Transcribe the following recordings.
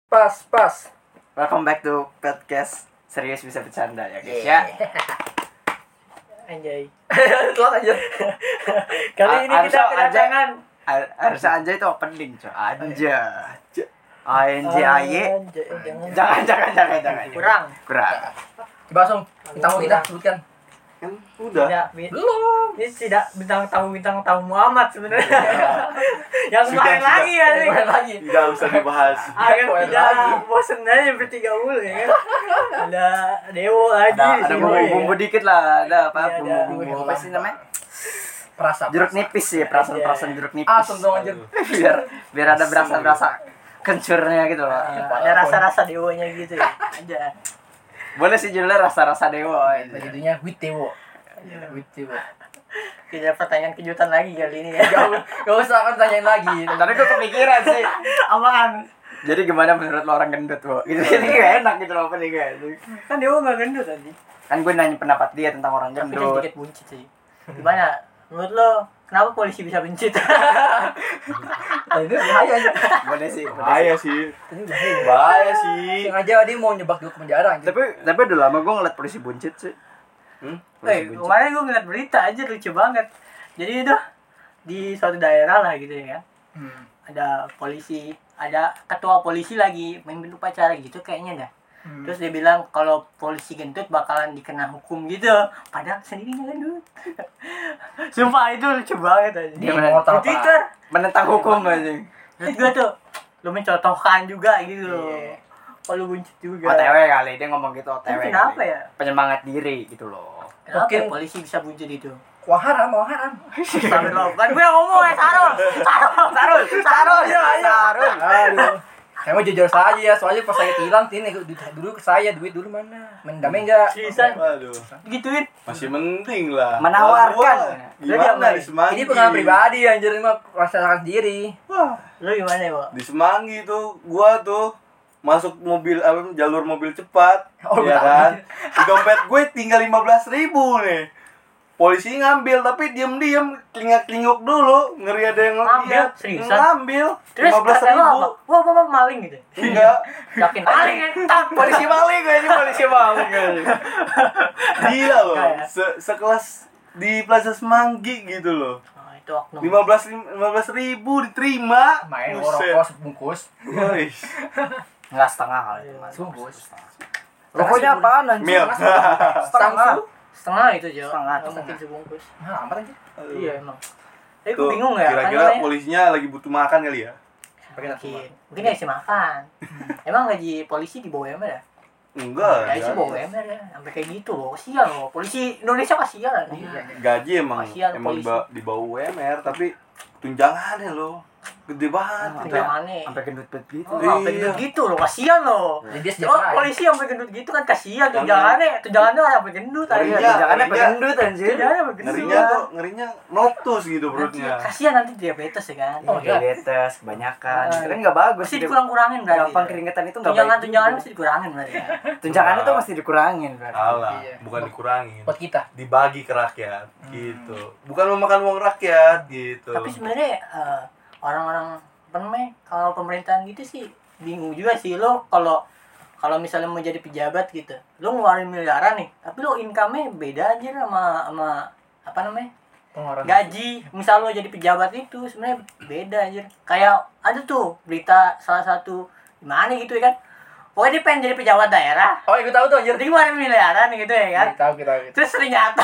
Pas. Welcome back to podcast Serius Bisa Bercanda ya guys ya. Anjay. Telat aja. Kali ini kita kedatangan harusnya anjay itu opening coy. Anjay. Jangan. Kurang. Bahas dong. Tamu kita sebutkan. Kan udah. Belum. Ini tidak bintang tamu Muhammad sebenarnya. Yang kemarin lagi ya nih. Tidak usah dibahas. Agar tidak bosan aja bertiga mulu ya kan. Ada Dewo lagi. Ada bumbu-bumbu dikit lah. Ada apa? Iya, Bumbu apa sih namanya? Perasa. Jeruk nipis ya, perasan jeruk nipis. Asam dong anjir. biar ada berasa kencurnya gitu loh. Ada rasa-rasa Dewonya gitu ya. Aja. Boleh sih judulnya rasa-rasa dewa. Judulnya with Dewo. With Dewo. Tidak pertanyaan kejutan lagi kali ini ya. Gak usah kan tanyain lagi. Tadi gue kepikiran sih. Apaan? Jadi gimana menurut lo orang gendut, Bo? Gitu gak enak gitu loh opening guys. Kan Dewo gak gendut tadi. Kan gue nanya pendapat dia tentang orang Tapi dia gendut. sedikit buncit sih. Gimana? Menurut lo kenapa polisi bisa buncit? Itu bahaya aja. Boleh sih. Bahaya sih. Ini bahaya. Bahaya sih. Sengaja dia mau nyebak gue ke penjara anjir. Tapi udah lama gue ngeliat polisi buncit sih. Polisi buncit. Kemarin gue ngeliat berita aja lucu banget. Jadi itu di suatu daerah lah gitu ya kan. Ada polisi, ada ketua polisi lagi memimpin upacara gitu kayaknya dah. Terus dia bilang kalau polisi gendut bakalan dikena hukum gitu. Padahal sendirinya gendut. Sumpah itu lucu banget aja. Di Twitter Menentang hukum aja. menurut gue tuh lu mencontohkan juga gitu. Kalau buncit juga. OTW kali dia ngomong gitu OTW. Tapi kenapa kali. ya? Penyemangat diri gitu loh. Kenapa ya polisi bisa buncit itu? Wah haram. Astagfirullah. Kan gue yang ngomong ya Sarul. Aduh. Saya mau jujur saja ya, soalnya pas saya hilang, ini dulu ke saya, duit dulu mana? Mendamai enggak? Seriusan? Waduh. Gituin. Masih mending lah. Menawarkan. Wah, gimana di Semanggi? Ini pengalaman pribadi anjir, ini mah rasakan sendiri. Wah, Lu gimana ya, Bo? di Semanggi tuh gua tuh masuk mobil jalur mobil cepat. Oh, ya tahu. kan? Di dompet gue tinggal 15.000 nih. Polisi ngambil tapi diam-diam klingak-klinguk dulu, ngeri ada yang Ngambil? ngeliat. Seriusan? Ngambil Terus kata lu apa? 15.000. Wah, maling gitu. Enggak. Yakin maling entak. Polisi maling gue ini polisi maling. Gila loh. Kayak. Sekelas di Plaza Semanggi gitu loh. Oh, itu oknum. 15.000 diterima. Main Buset. rokok sebungkus. Guys. Enggak setengah kali itu. Mas. Bungkus. Rokoknya apaan anjir? Mil. Setengah. Setengah itu, Jo. Setengah, Nggak setengah. mungkin sebungkus. Nah, amat aja. Iya, emang. Tapi gue Tuh, bingung ya. kira-kira polisinya lagi butuh makan kali ya? Mungkin ngasih makan. Emang gaji polisi di bawah UMR ya? Enggak. Ya sih bawah UMR ya. Sampai kayak gitu loh. Kasihan loh. Polisi Indonesia kasihan. Gaji emang Kasihan polisi. di bawah UMR tapi tunjangannya loh gede banget. Tunjangannya. Sampai gendut-gendut gitu. Oh, sampai gendut gitu loh, kasihan loh. Jadi dia Oh, sejahtera. polisi sampai gendut gitu kan kasihan tunjangannya orang sampai gendut aja. Iya, Jangan ngerinya. pengen gendut anjir. Tunjangannya sampai gendut. Ngerinya meletus gitu perutnya. Kasihan nanti diabetes ya kan. Oh, diabetes kebanyakan. Kan enggak bagus. Mesti dikurang-kurangin berarti. Gampang keringetan itu enggak baik. Tunjangan mesti dikurangin berarti. Tunjangannya tuh mesti dikurangin berarti. Salah, Iya. bukan dikurangin. Buat kita. Dibagi ke rakyat gitu. Bukan memakan uang rakyat gitu. Tapi sebenarnya orang-orang apa namanya kalau pemerintahan gitu sih bingung juga sih lo kalau misalnya mau jadi pejabat gitu lo ngeluarin miliaran nih tapi lo income-nya beda aja sama apa namanya Pengeluaran. gaji misal lo jadi pejabat itu sebenarnya beda aja kayak ada tuh berita salah satu gimana gitu ya kan pokoknya dia pengen jadi pejabat daerah Oh, gue tahu tuh anjir. jadi ngeluarin miliaran gitu ya kan Kita. terus ternyata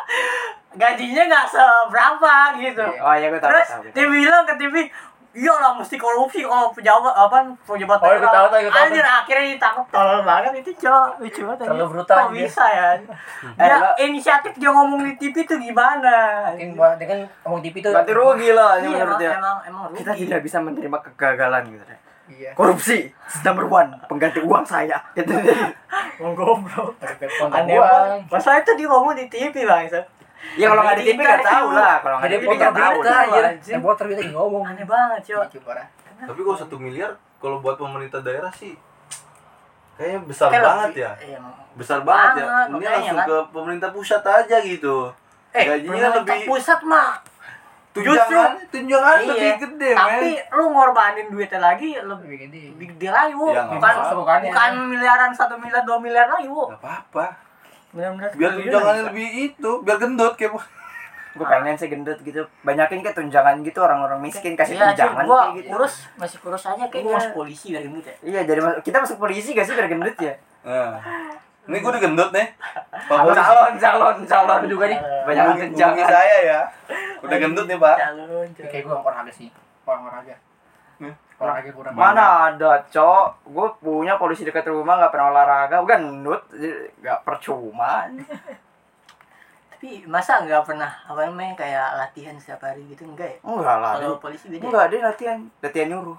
gajinya nggak seberapa gitu. Oh iya gue tahu. Terus dia bilang ke TV, iyalah mesti korupsi kalau pejabat pejabat Oh, gue tahu. Anjir akhirnya ditangkap tolol banget itu cowok lucu banget. Terlalu anjir. brutal, Kok anjir. bisa ya? Dia inisiatif dia ngomong di TV tuh gimana? Mungkin buat dengan ngomong TV tuh. Berarti rugi lah ini Iya, menurut dia. emang rugi. Kita tidak bisa menerima kegagalan gitu deh. Iya. Korupsi number one, pengganti uang saya. Gitu. Menggoblok. Aneh Uang. banget. Masa itu dia ngomong di TV bang. Ya kalau nggak di TV nggak tahu lah. Kalau nggak Jadi di TV nggak tahu. kita lah. anjir. anjir. Reporter kita lagi ngomong. Aneh banget coba. Lucu parah. Tapi kalau 1 miliar kalau buat pemerintah daerah sih kayaknya besar Kayak banget lebih- ya. Iya, Besar banget ya. Banget, Ini makanya langsung kan. ke pemerintah pusat aja gitu. Gajinya pemerintah lebih pusat mah tunjangan lebih gede, tapi lu ngorbanin duitnya lagi Lebih gede. lebih gede lagi, Bu. Ya, bukan bukannya. bukan miliaran, 1 miliar 2 miliar lagi, Bu. Gak apa-apa. Benar-benar Biar tunjangannya lebih itu, biar gendut kayak Gue pengen sih gendut gitu. Banyakin kayak tunjangan gitu orang-orang miskin kasih tunjangan gua kayak gitu. masih kurus aja kayaknya, masuk polisi dari gendut ya. Iya, jadi kita masuk polisi gak sih biar gendut ya? Nah. Ini gue udah gendut nih. Calon juga nih. Banyak Hubungi tunjangan. saya ya. Udah gendut nih, Pak. Calon. Kayak gue olahraga sih. Olahraga. Olahraga kurang. Mana ada, Cok? Gue punya polisi dekat rumah gak pernah olahraga, gendut, gak percuma. Tapi masa nggak pernah apa namanya kayak latihan setiap hari gitu, enggak ya? Enggak lah. Kalau polisi beda. Enggak, dia latihan nyuruh.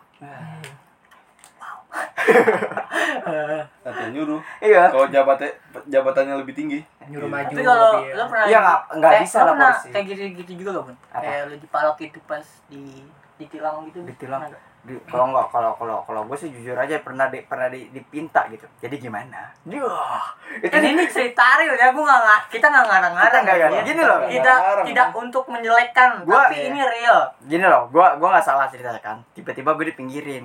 Latihan nyuruh. Iya. Kalau jabatannya lebih tinggi. Nyuruh maju. Tapi kalau mobil. lo pernah Iya, nggak bisa lo lah pernah polisi. kayak gitu juga gak, Bun? Apa? Kayak lo dipalok itu pas ditilang gitu. Ditilang. Pernah nggak? Kalau gue sih jujur aja pernah dipinta gitu. Jadi gimana? Itu Ini cerita real ya, kita nggak ngarang-ngarang. Kita nggak ya. gini loh. Tidak untuk menjelekkan, Gua- tapi ini real. Gini loh, gua nggak salah ceritanya kan. Tiba-tiba gue dipinggirin.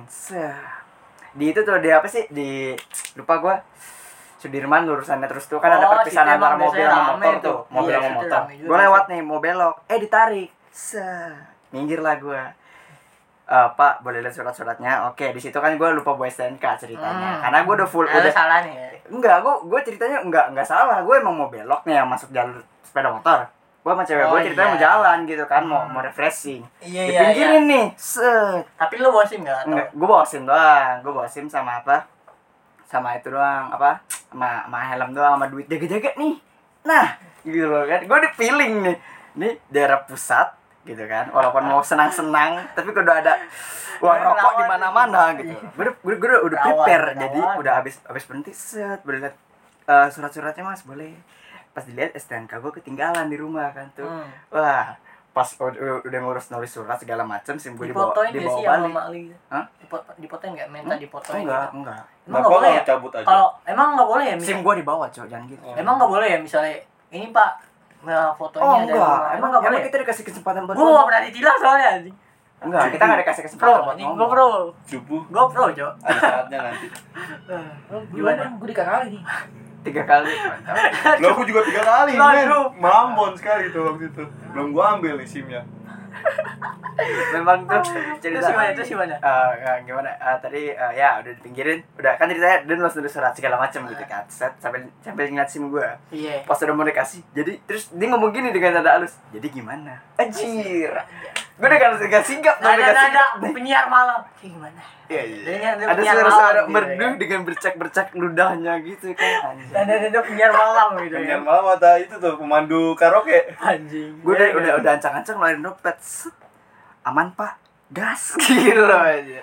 Di itu tuh di apa sih? Lupa gua. Sudirman lurusannya terus tuh kan ada Oh, perpisahan situ antara emang mobil biasanya sama rame motor tuh. tuh. Mobil Iya, sama situ motor. rame juga Gue tuh. lewat nih, mau belok. Ditarik. Minggir lah gua. Pak, boleh lihat surat-suratnya? Oke, di situ kan gue lupa bawa STNK ceritanya. Karena gue udah full Lo udah salah nih ya. enggak, gue ceritanya enggak salah. Gue emang mau belok nih yang masuk jalur sepeda motor. Gue sama cewek gue ceritanya iya. mau jalan gitu kan, mau refreshing. Iya, Dipinggirin nih. Set. Tapi lo bawa SIM nggak? Atau- Enggak, gue bawa SIM doang. Gue bawa SIM sama apa? Sama itu doang, apa? Sama helm doang, sama duit jaga-jaga nih. Nah, gitu loh kan. Gue di feeling nih. Nih daerah pusat gitu kan. Walaupun mau senang-senang, tapi udah ada uang rokok di mana-mana gitu. Gue udah prepare. Jadi udah habis berhenti set, boleh lihat surat-suratnya Mas, boleh. Pas dilihat STNK gue ketinggalan di rumah kan tuh. Wah, pas udah ngurus nulis surat segala macam, SIM gue dibawa Dipotoin nggak sih sama balik. mak lu gitu? Hah? Dipotoin nggak? Minta dipotoin Enggak, gitu? enggak. Emang Kenapa nggak boleh ya? nggak cabut aja? Kalau emang nggak boleh ya? SIM gue dibawa, Cok, jangan gitu. Emang nggak boleh ya misalnya ini Pak, nah, fotonya dari enggak. rumah. Emang nggak boleh? Kita dikasih kesempatan buat Gue nggak pernah ditilang soalnya anjing. Enggak, kita enggak dikasih kesempatan Pro, buat ini ngomong. GoPro. Subuh GoPro, Cok. ada saatnya nanti. Gimana? Gue dikakali nih. 3 kali. Lo aku juga 3 kali, men. Aduh. Mambon sekali tuh waktu itu. Belum gua ambil nih SIM-nya. Memang tuh cerita Terus gimana? Gimana? Tadi ya udah dipinggirin. Udah kan ceritanya dia nulis surat segala macam gitu kan. Set sampai ngeliat SIM gue. Iya. Pas udah mau dikasih. Jadi terus dia ngomong gini dengan nada halus. Jadi gimana? Anjir. Gue udah gak singgap dong dikasih. Ada penyiar malam. Kayak gimana? Iya. Ada Ada penyiar suara-suara malam gitu, merdu ya. dengan bercak-bercak ludahnya gitu kan. Anjir. Ada penyiar malam gitu ya. Yang malam ada itu tuh pemandu karaoke. Anjing. Gue udah ancang-ancang ngeluarin dompet. Set. Aman Pak, gas gitu aja.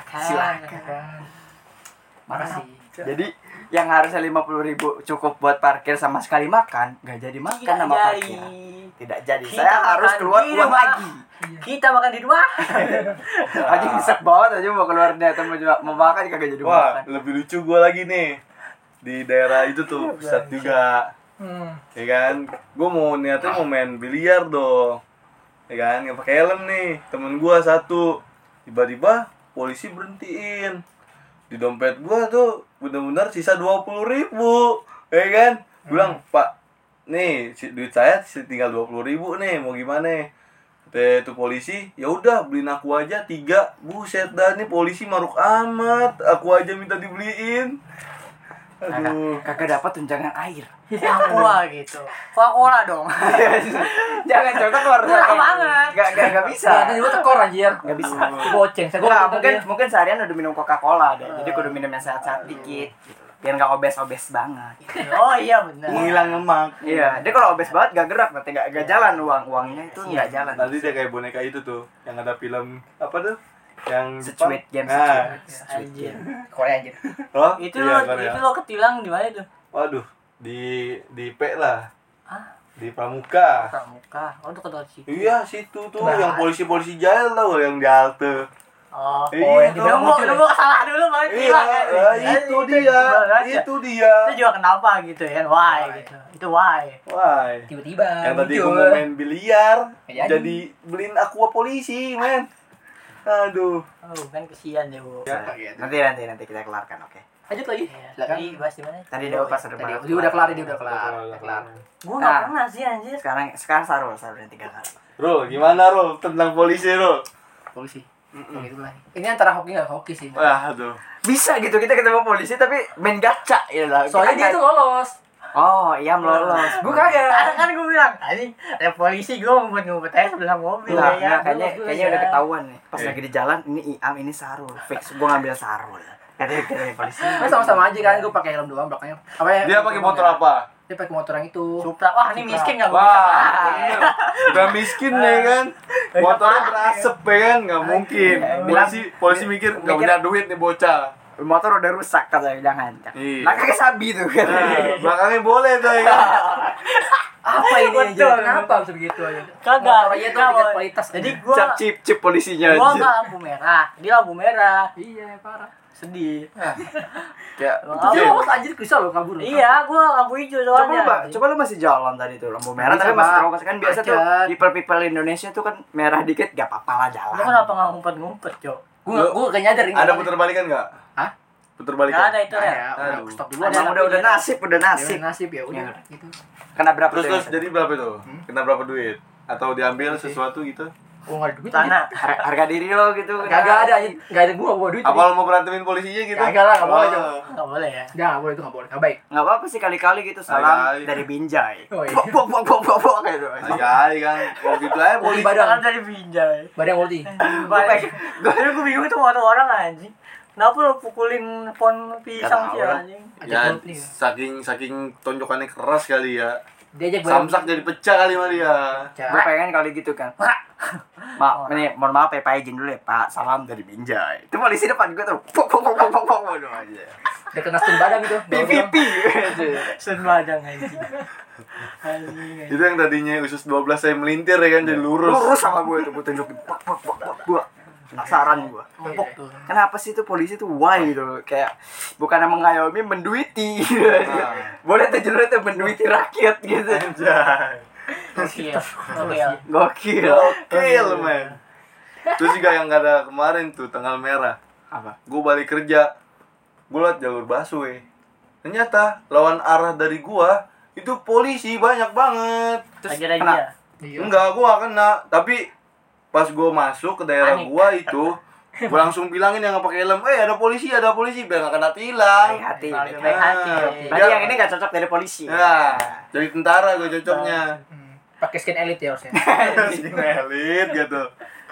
Silakan. Makasih. Jadi yang harusnya 50.000 cukup buat parkir sama sekali makan, nggak jadi makan Tidak sama jadi. parkir. Tidak jadi. Kita Saya harus makan keluar di uang rumah. lagi. Kita makan di rumah. Anjing disek banget aja mau keluar niatan mau makan kagak jadi Wah, makan. lebih lucu gua lagi nih. Di daerah itu tuh, pusat juga. Ya kan? Gua mau niatnya mau main biliar dong. Ya kan? Nggak pakai helm nih. Temen gua satu. Tiba-tiba polisi berhentiin. Di dompet gua tuh benar-benar sisa 20.000. Ya kan? Bilang, "Pak, nih duit saya tinggal 20.000 nih, mau gimana?" Kata itu polisi, "Ya udah beliin aku aja 3." Buset dah nih polisi maruk amat. Aku aja minta dibeliin. Aduh. Kagak dapat tunjangan air. Aqua gitu. Coca-Cola dong. Jangan contoh keluar Murah banget. Gak bisa. Tadi gue tekor anjir. Gak bisa. Goceng. Saya Nggak, mungkin seharian udah minum Coca-Cola deh. Jadi kudu minum yang sehat-sehat dikit gitu. Biar nggak obes-obes banget. Oh iya benar. Ngilang lemak. Iya, dia kalau obes banget gak gerak, berarti gak jalan uangnya itu nggak jalan. Nanti dia kayak boneka itu tuh, yang ada film apa tuh? Yang Sweet Game Nah. Anjir. Korea anjir. Oh, Itu iya, lo Korea. itu lo ketilang di mana itu? Waduh, di P lah. Hah? Di Pramuka. Pramuka. Oh, itu kedua situ. Iya, situ tuh Nah. yang polisi-polisi jail tau yang di halte. Oh, Iya, yang dibilang muncul. nunggu salah dulu baru Iya, hilang kan. itu dia. Itu dia. Itu juga kenapa gitu kan? Why Why? gitu. Itu why. Why? Tiba-tiba Yang tadi muncul. gue mau main biliar, Jadi. jadi beliin aqua polisi, men. Aduh. Oh, kan kesian deh, Bu. Ya. Nanti kita kelarkan, oke. Lanjut lagi. Iya. Silakan. Tadi bahas di mana? Tadi dia pas Tadi dia udah kelar, dia udah kelar. Gua enggak Nah. pernah sih anjir. Sekarang Sarul yang 3 kali. Rul, gimana Rul tentang polisi Rul? Polisi. Gitu lah. Ini antara hoki enggak hoki sih. Wah, aduh. Bisa gitu kita ketemu polisi tapi main gacha ya lah. Soalnya dia tuh lolos. Oh, iya lolos. Gue kagak. Kan gue bilang, anjing, ada polisi gua ngumpet-ngumpet aja sebelah mobil Nah, ya. kayaknya udah ketahuan nih. Pas Iya. lagi di jalan ini Iam, ini Sarul. Fix gua ngambil Sarul. Katanya polisi. Kan sama-sama aja kan, gue pakai helm doang belakangnya. Apa ya? Dia pakai motor apa? Dia pakai motor yang itu. Supra. Wah, ini Supra. miskin enggak gua bisa. Wah, udah miskin ya kan? Motornya berasap ya kan? Nggak mungkin. Polisi mikir nggak punya duit nih bocah. Motor udah rusak katanya, jangan. Iya. Belakangnya sabi tuh. Nah, belakangnya boleh tuh ya kan? Apa ini Betul. anjir? Kenapa bisa begitu aja? Kagak. Motor aja tuh tingkat kualitas. Jadi anjir. gua Cip polisinya gua aja. enggak lampu merah. Dia lampu merah. Iya, parah. Sedih. Kayak Dia lolos anjir bisa lo kabur. Iya, gua lampu hijau soalnya. coba lu masih jalan tadi tuh lampu merah Bisa, tapi masih Pak. terobos kan biasa tuh Macet. people Indonesia tuh kan merah dikit gak apa-apa lah jalan. Lu kenapa enggak ngumpet-ngumpet, Cok? Gue gak nyadar ini. Ada putar balikan nggak? Hah? Putar Enggak balikan. ada itu Ada, ya. udah Aduh. stop dulu. Ada. Emang udah nasib, Ya, nasib ya udah Ya. gitu. Kena berapa Terus tuh? jadi berapa itu? Kena berapa duit? Atau diambil sesuatu gitu? Gue gak ada duit. Tanah. Harga diri lo gitu. Kagak ada anjir. Gak ada gue duit. Apa lo mau berantemin polisinya gitu? Kagak lah, nggak boleh, Oh. Cok. Enggak boleh ya. Enggak, gak boleh itu gak boleh. Gak baik. Enggak apa-apa sih kali-kali gitu salam Kali-kali. dari Binjai. Oh, iya. Bok gitu. Ay kan, kalau gitu aja polisi. Badan. Kan dari Binjai. Badan multi. Gue bingung tuh motor orang anjing. Kenapa lo pukulin pohon pisang Nggak sih tahu lah. anjing? Ya, multi. saking tonjokannya keras kali ya. Diajak bareng. Samsak jadi pecah kali sama dia. Gue pengen kali gitu kan. Ini mohon maaf ya Pak, izin dulu ya Pak. Salam dari Binjai. Itu polisi depan gue tuh. Pok waduh aja. Udah kena stun badan gitu. PVP. Sun Badang anjing. Anjing. Itu yang tadinya usus 12 saya melintir ya kan jadi lurus. Lurus sama gue tuh, gue tunjukin. Bok. Penasaran gue. Empuk tuh. Kenapa sih tuh polisi tuh why gitu loh. Kayak bukan mengayomi menduiti. Boleh tuh judulnya tuh menduiti rakyat gitu. Anjay. Gokil. Gokil. Gokil. Gokil, men. Terus juga yang ada kemarin tuh tanggal merah. Apa? Gue balik kerja. Gue liat jalur busway. Ternyata lawan arah dari gua itu polisi banyak banget. Lagi-lagi kena. ya. Iya. Enggak, gua gak kena. Tapi pas gua masuk ke daerah Panik. gua itu, gua langsung bilangin yang pakai helm, ada polisi, biar gak kena tilang. Baik hati. Baik hati. Berarti yang ini gak cocok dari polisi. Ya, jadi tentara gua cocoknya. Pakai skin elite ya harusnya. Elit gitu.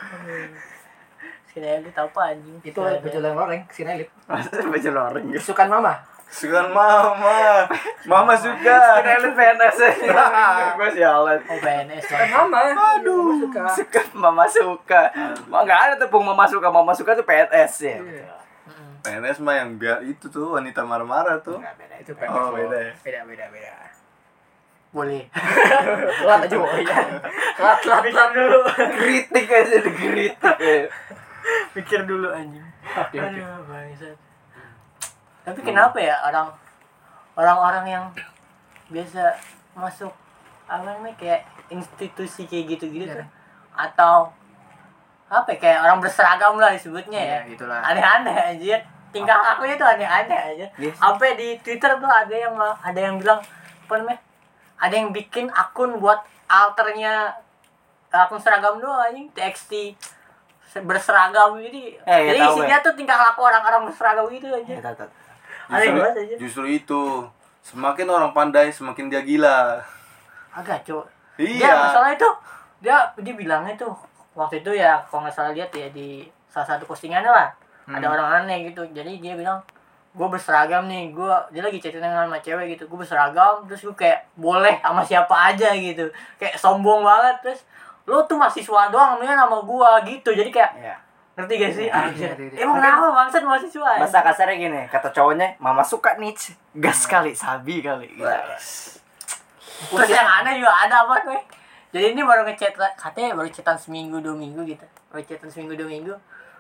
Sini aja tahu apa anjing. Itu baju loreng, skin elite. Maksudnya baju loreng gitu. Kesukaan mama. Suka mama suka. Elit PNS. Gue sialan. Oh PNS. Kesukaan mama. Aduh, Suka. suka mama suka. Nggak ada tuh mama suka tuh PNS ya. Iya. PNS mah yang biar itu tuh wanita marah-marah tuh. Nggak beda Itu itu. PNS. Oh, beda ya. Beda. Boleh. Telat aja pokoknya. Telat. dulu. Kritik aja dikritik. Pikir dulu anjing. Oke. Aduh, bangsat. Tapi kenapa ya orang-orang yang biasa masuk apa namanya kayak institusi kayak gitu-gitu tuh, atau apa ya, kayak orang berseragam lah disebutnya ya. Iya, itulah. Aneh-aneh aja. Tingkah lakunya tuh aneh-aneh aja. Yes. Sampai di Twitter tuh ada yang bilang apa namanya? Ada yang bikin akun buat alternya akun seragam doang anjing, TXT berseragam jadi tahu, isinya tuh tingkah laku orang-orang berseragam gitu aja. Ya, tahu. Aneh banget aja. Justru itu. Semakin orang pandai, semakin dia gila. Agak cok. Iya. Dia masalah itu dia bilangnya tuh waktu itu ya kalau nggak salah lihat ya di salah satu postingannya lah ada orang aneh gitu. Jadi dia bilang gue berseragam nih, dia lagi chatting sama cewek gitu, gue berseragam terus gue kayak boleh sama siapa aja gitu, kayak sombong banget. Terus lo tuh mahasiswa doang namanya nama gue gitu, jadi kayak Iya. ngerti gak sih? Anjir. Iya. Emang kenapa bangsat mahasiswa? Bahasa kasarnya gini, kata cowoknya, mama suka nih, gas kali, sabi kali. Gitu. Terus yang aneh juga ada apa nih? Jadi ini baru ngechat, katanya baru chatan seminggu 2 minggu gitu. Baru chatan seminggu 2 minggu.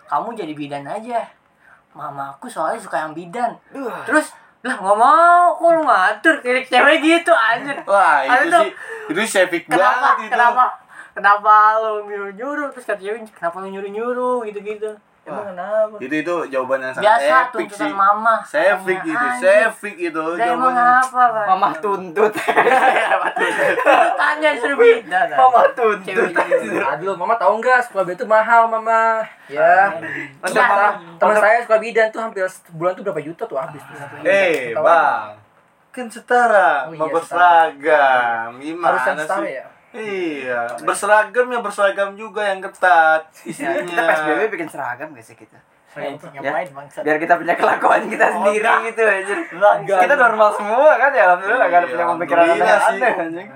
kamu jadi bidan aja. Mama aku soalnya suka yang bidan. Terus lah nggak mau, kok lu ngatur kayak cewek gitu anjir. Wah, Ada itu tuh, sih itu Shefik kenapa banget itu. kenapa lu nyuruh terus kata cewek kenapa lu nyuruh gitu emang Wah, kenapa Itu jawaban yang sangat biasa epic tuntutan sih. mama Shefik katanya, itu, anjir. Shefik itu Udah emang jawabannya. apa Pak? Mama tuntut. Tanya suruh bidan Mama tuntut. cewek jadi Aduh, mama tahu nggak sekolah bidan itu mahal, mama. Ya. Masa Iya. mama Teman saya sekolah bidan tuh hampir sebulan tuh berapa juta tuh habis. Tahu Bang. Kan setara, Oh iya, mau berseragam. Harus yang Gimana setara sih? ya? Iya, berseragam juga yang ketat kita isinya. PSBB bikin seragam gak sih kita? ngapain bangsa Biar kita punya kelakuan kita sendiri enggak. gitu anjir. Enggak. Kita normal semua kan ya alhamdulillah gak ada Iya, punya pemikiran alhamdulillah sih. aneh anjing.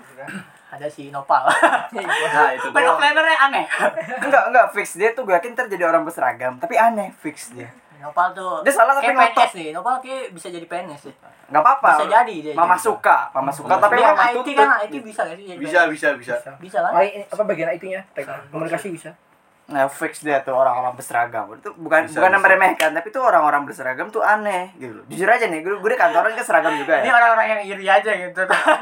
ada si Nopal Nah, itu belok doang. lebarnya aneh Enggak fix dia tuh gue yakin ntar jadi orang berseragam, tapi aneh fix dia. Nopal tuh Dia salah tapi kayak ngotot. PNS nih Nopal kayak bisa jadi PNS sih Enggak apa-apa. Bisa jadi dia Mama jadi. suka tapi dia mama IT tuntut. kan IT bisa gak sih jadi Bisa. PNS? bisa kan Oh, ini apa bagian IT-nya? Komunikasi bisa. Nah, fix dia tuh orang-orang berseragam. Itu bukan Bisa, bukan bisa. meremehkan, tapi tuh orang-orang berseragam tuh aneh gitu. Jujur aja nih, gue di kantoran kan seragam juga ini ya. orang-orang yang iri aja gitu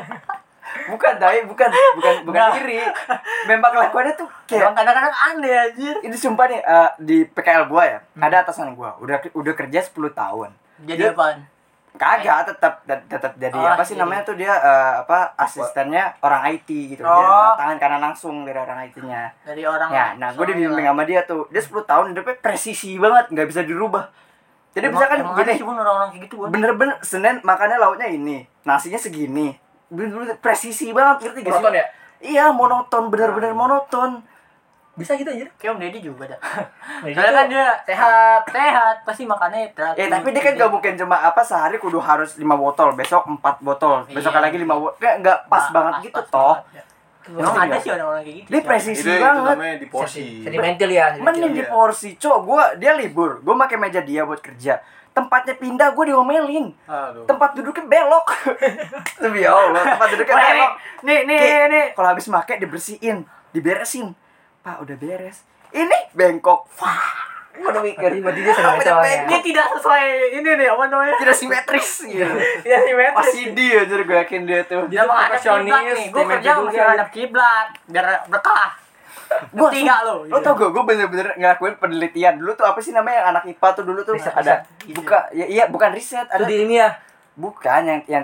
Bukan Nggak. iri. Memang kelakuannya tuh kayak emang kadang-kadang aneh anjir ini sumpah nih di PKL gua ya, ada atasan gua, udah kerja 10 tahun. jadi Dia- apaan Kagak, tetap jadi Oh, apa sih jadi- namanya tuh dia asistennya orang IT gitu. Oh. Dia tangan kanan langsung dari orang IT-nya. dari orang Ya, nah gue dibimbing sama dia tuh. Dia 10 tahun hidupnya presisi banget, nggak bisa dirubah. Jadi misalkan emang ada gini, sih pun orang-orang kayak gitu Bun. bener-bener Senin makannya lauknya ini, nasinya segini. Bener-bener presisi banget, ngerti gak sih? Monoton ya? Iya, monoton, bener-bener monoton. Bisa gitu aja. kayak Om Deddy juga dah Jadi soalnya kan dia sehat. pasti makannya teratur Tapi dia kan gak mungkin cuma sehari kudu harus 5 botol, besok 4 botol, besok Iya. lagi 5 botol. Kayak gak pas banget gitu toh. emang ada sih orang-orang kayak gitu Dia Coy. presisi Itu banget. namanya di porsi. Sentimental ya. Mending di porsi, dia libur, gue pakai meja dia buat kerja. Tempatnya pindah, gue diomelin. Aduh. Tempat duduknya belok. Demi Allah, tempat duduknya Wah, belok. nih Kalau habis make dibersihin, diberesin. Pak, udah beres. Ini bengkok. Wah, gue udah mikir. Berarti dia sentimental ya. dia tidak sesuai ini nih apa namanya Tidak simetris gitu. dia simetris Pasti dia aja gue yakin dia tuh. dia menghadap kiblat nih gue kerja masih menghadap kiblat biar berkah Gua tiga lo Lo tau gue bener-bener ngelakuin penelitian. Dulu tuh apa sih namanya yang anak IPA tuh dulu tuh Riset, ada riset. iya bukan riset, ada Studi ilmiah. bukan yang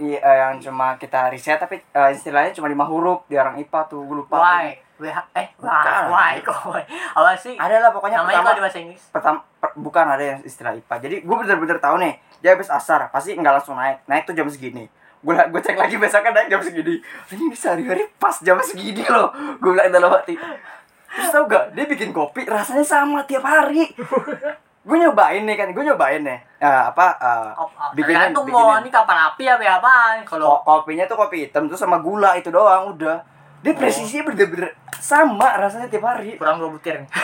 cuma kita riset tapi istilahnya cuma 5 huruf di orang IPA tuh gue lupa. why Bukan. why kok why apa sih Ada lah pokoknya namanya pertama kalau di bahasa Inggris bukan ada yang istilah IPA. Jadi gue bener-bener tahu nih, dia habis asar pasti nggak langsung naik tuh jam segini. Gue cek lagi besoknya naik jam segini. Ini sehari-hari pas jam segini loh. Gue bilang dalam hati. Terus tau gak, dia bikin kopi rasanya sama tiap hari. Gue nyobain nih. tergantung mau ini kapal api apa apaan kalau Kopinya tuh kopi hitam terus sama gula itu doang udah. Dia presisinya bener-bener sama rasanya tiap hari. kurang 2 butir nih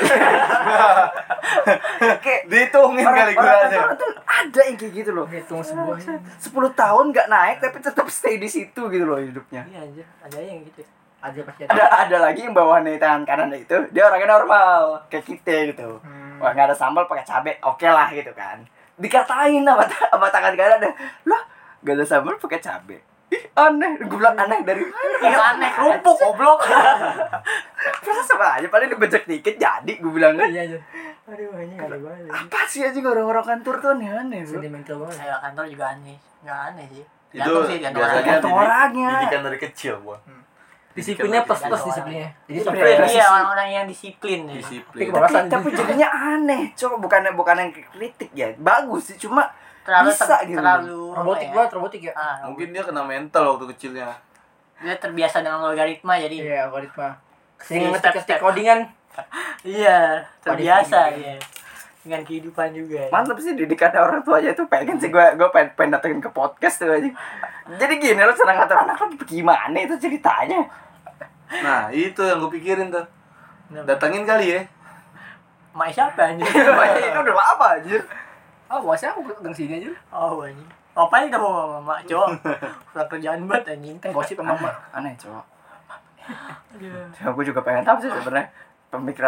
Kayak Dihitungin kali gulanya. orang tuh ada yang kayak gitu loh. Hitung sebuahnya. 10 tahun nggak naik tapi tetap stay di situ gitu loh hidupnya. iya anjir ada yang gitu Ada pasti ada. Ada lagi yang bawa nih tangan kanan itu dia orangnya normal kayak kita gitu. Wah nggak ada sambal pakai cabe oke lah gitu kan. Dikatain sama tangan kanan loh nggak ada sambal pakai cabe. Ih aneh, gue bilang aneh dari mana? iya aneh kerupuk goblok Terus sama aja paling dibejek dikit jadi gue bilang kan. Iya aja. aduh anjing ada banget Apa sih aja orang-orang kantor tuh aneh-aneh bro. Sentimental banget. saya kantor juga aneh nggak aneh sih Itu gantung biasanya Gantung orangnya. didikan dari kecil, gua. Disiplinnya plus disiplinnya. Jadi sampai disiplin Presisi. iya orang-orang yang disiplin nih Disiplin. Tapi jadinya aneh. Coba bukan yang kritik ya. Bagus sih cuma bisa gitu. terlalu robotik apa ya? banget, robotik ya. Mungkin dia kena mental waktu kecilnya. dia terbiasa dengan logaritma jadi Iya, algoritma. Si Sering step-step. ngetik codingan. iya terbiasa Coding. ya dengan kehidupan juga Mantap sih didikan orang tua aja tuh pengen sih gue pengen datengin ke podcast tuh aja. Jadi gini lo senang ngatur anak lo gimana itu ceritanya? Nah, itu yang gua pikirin tuh. Datangin kali ya. mak siapa anjir Itu udah lama aja. Oh, bosnya aku datang sini aja. oh anjing apa ini udah mau mama cowok kurang kerjaan banget anjing Kan gosip sama mama. Aneh cowok. Gue juga pengen tahu sih sebenarnya pemikiran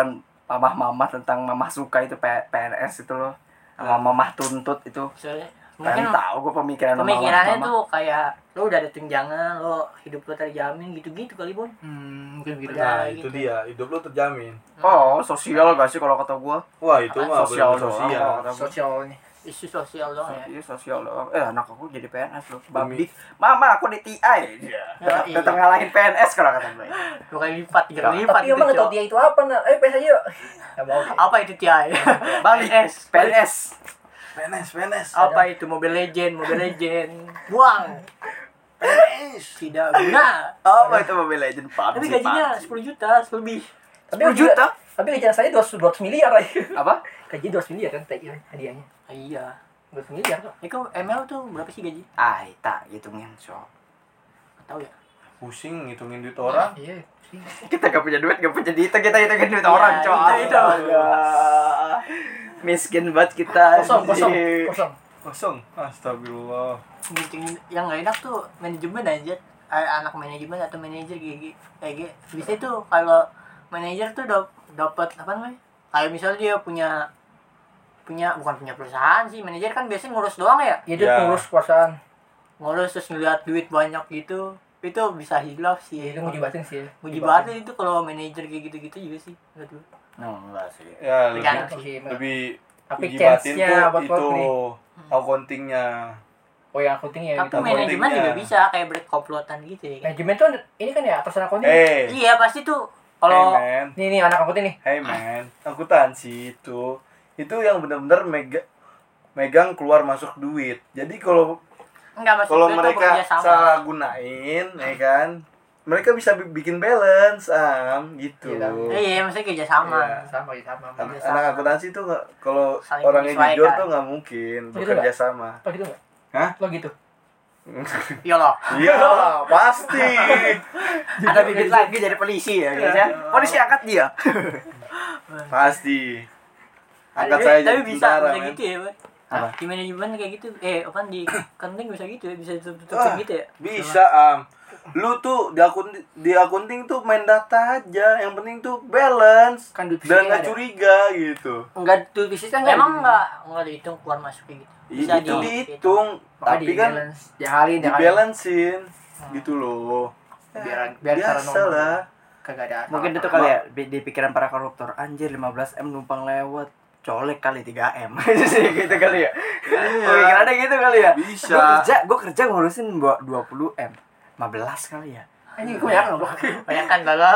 mamah tentang mamah suka itu PNS itu loh. Sama mamah tuntut itu. Soalnya Kan mungkin tahu gue pemikirannya mamah. tuh kayak lo udah ada tunjangan, lo hidup lo terjamin gitu-gitu kali Bon. Mungkin gitu. Udah. Nah, itu dia, hidup lu terjamin. Oh, sosial gak sih kalau kata gue? Wah, itu Apaan? mah Sosial bener-bener doang. sosial. kalau kata gua. Sosial nih. Isu sosial doang ya. Iya sosial doang. Anak aku jadi PNS loh. Demi- Babi. Mama aku di TI. Iya. Tetap ngalahin PNS kalau kata gue. 2 kali lipat, 3 kali lipat. Tapi emang gitu, tau Cok. dia itu apa nah? Ayo pes aja yuk. Gak mau. Apa itu TI? Balik PNS. PNS. Apa itu Mobile Legend? Buang. Tidak guna. Apa itu Mobile Legend PUBG? Tapi gajinya PUBG. 10 juta lebih. Tapi 10 juta? Tapi gajian saya 200 miliar aja. Apa? Gaji 200 miliar kan TI hadiahnya. Iya. 200 miliar kok. Itu ML tuh berapa sih gaji? Tak hitungin so. Nggak tahu ya. Pusing ngitungin duit orang. Iya. sih. Kita gak punya duit, gak punya duit, kita hitungin duit Iya, orang, coy. itu. Miskin banget kita. Kosong. Astagfirullah. Meeting yang nggak enak tuh manajemen aja. Anak manajemen atau manajer kayak gitu. Bisa tuh kalau manajer tuh dapat apa namanya? Kayak misalnya dia punya bukan punya perusahaan sih, manajer kan biasanya ngurus doang ya. Ya dia Ya. pengurus kekuasaan. Ngurus terus ngeliat duit banyak gitu. Itu bisa hilaf Ya, sih. itu ngujibatin sih. Mujibatin itu kalau manajer kayak gitu-gitu juga sih. Enggak tuh. Enggak sih. Ya, Tergantung lebih Tapi uji batin chance-nya tuh buat itu nih. accounting-nya. Oh ya accounting ya Tapi gitu. Accounting. manajemen juga Accounting-nya. bisa kayak berkomplotan gitu ya. Manajemen tuh ini kan ya atasan accounting. Iya pasti tuh kalau hey man, Nih anak accounting nih. hey man, akuntansi itu yang benar-benar megang keluar masuk duit. Jadi kalau enggak masuk kalau itu mereka bekerja sama. salah gunain, ya kan, mereka bisa bikin balance, gitu. Iya, Iya, maksudnya kerja sama. Iya. Sama. Anak akuntansi tuh nggak, kalau Saling orangnya menyesuaikan. jujur tuh nggak mungkin Gitu bekerja nggak? sama. Lo gitu enggak? Hah? Lo gitu. Iya loh. Iya, pasti. Ada bibit lagi jadi polisi ya, guys ya. Polisi angkat dia. Pasti. Angkat Tapi- saya tapi jadi bisa tentara, bisa men. gitu ya, Boy. Apa? Di manajemen kayak gitu. Apa di accounting bisa gitu ya, bisa tutup Wah, gitu ya. bisa lu tuh di akunting tuh main data aja, yang penting tuh balance Kan duit dan fisiknya nggak ada. curiga gitu. Enggak tuh bisnisnya Emang enggak dihitung keluar masuk kayak gitu. Bisa Itu dihitung, tapi kan dihalin dibalancein gitu loh. biar Biasa normal. lah. Kagak ada. Mungkin itu kali ya di pikiran para koruptor. Anjir 15M numpang lewat. Colek kali 3M. Gitu kali ya. Pemikirannya gitu kali ya. Bisa. Gue kerja ngurusin 20M. 15 kali ya. Anjing kebanyakan loh. banyak kan gagal.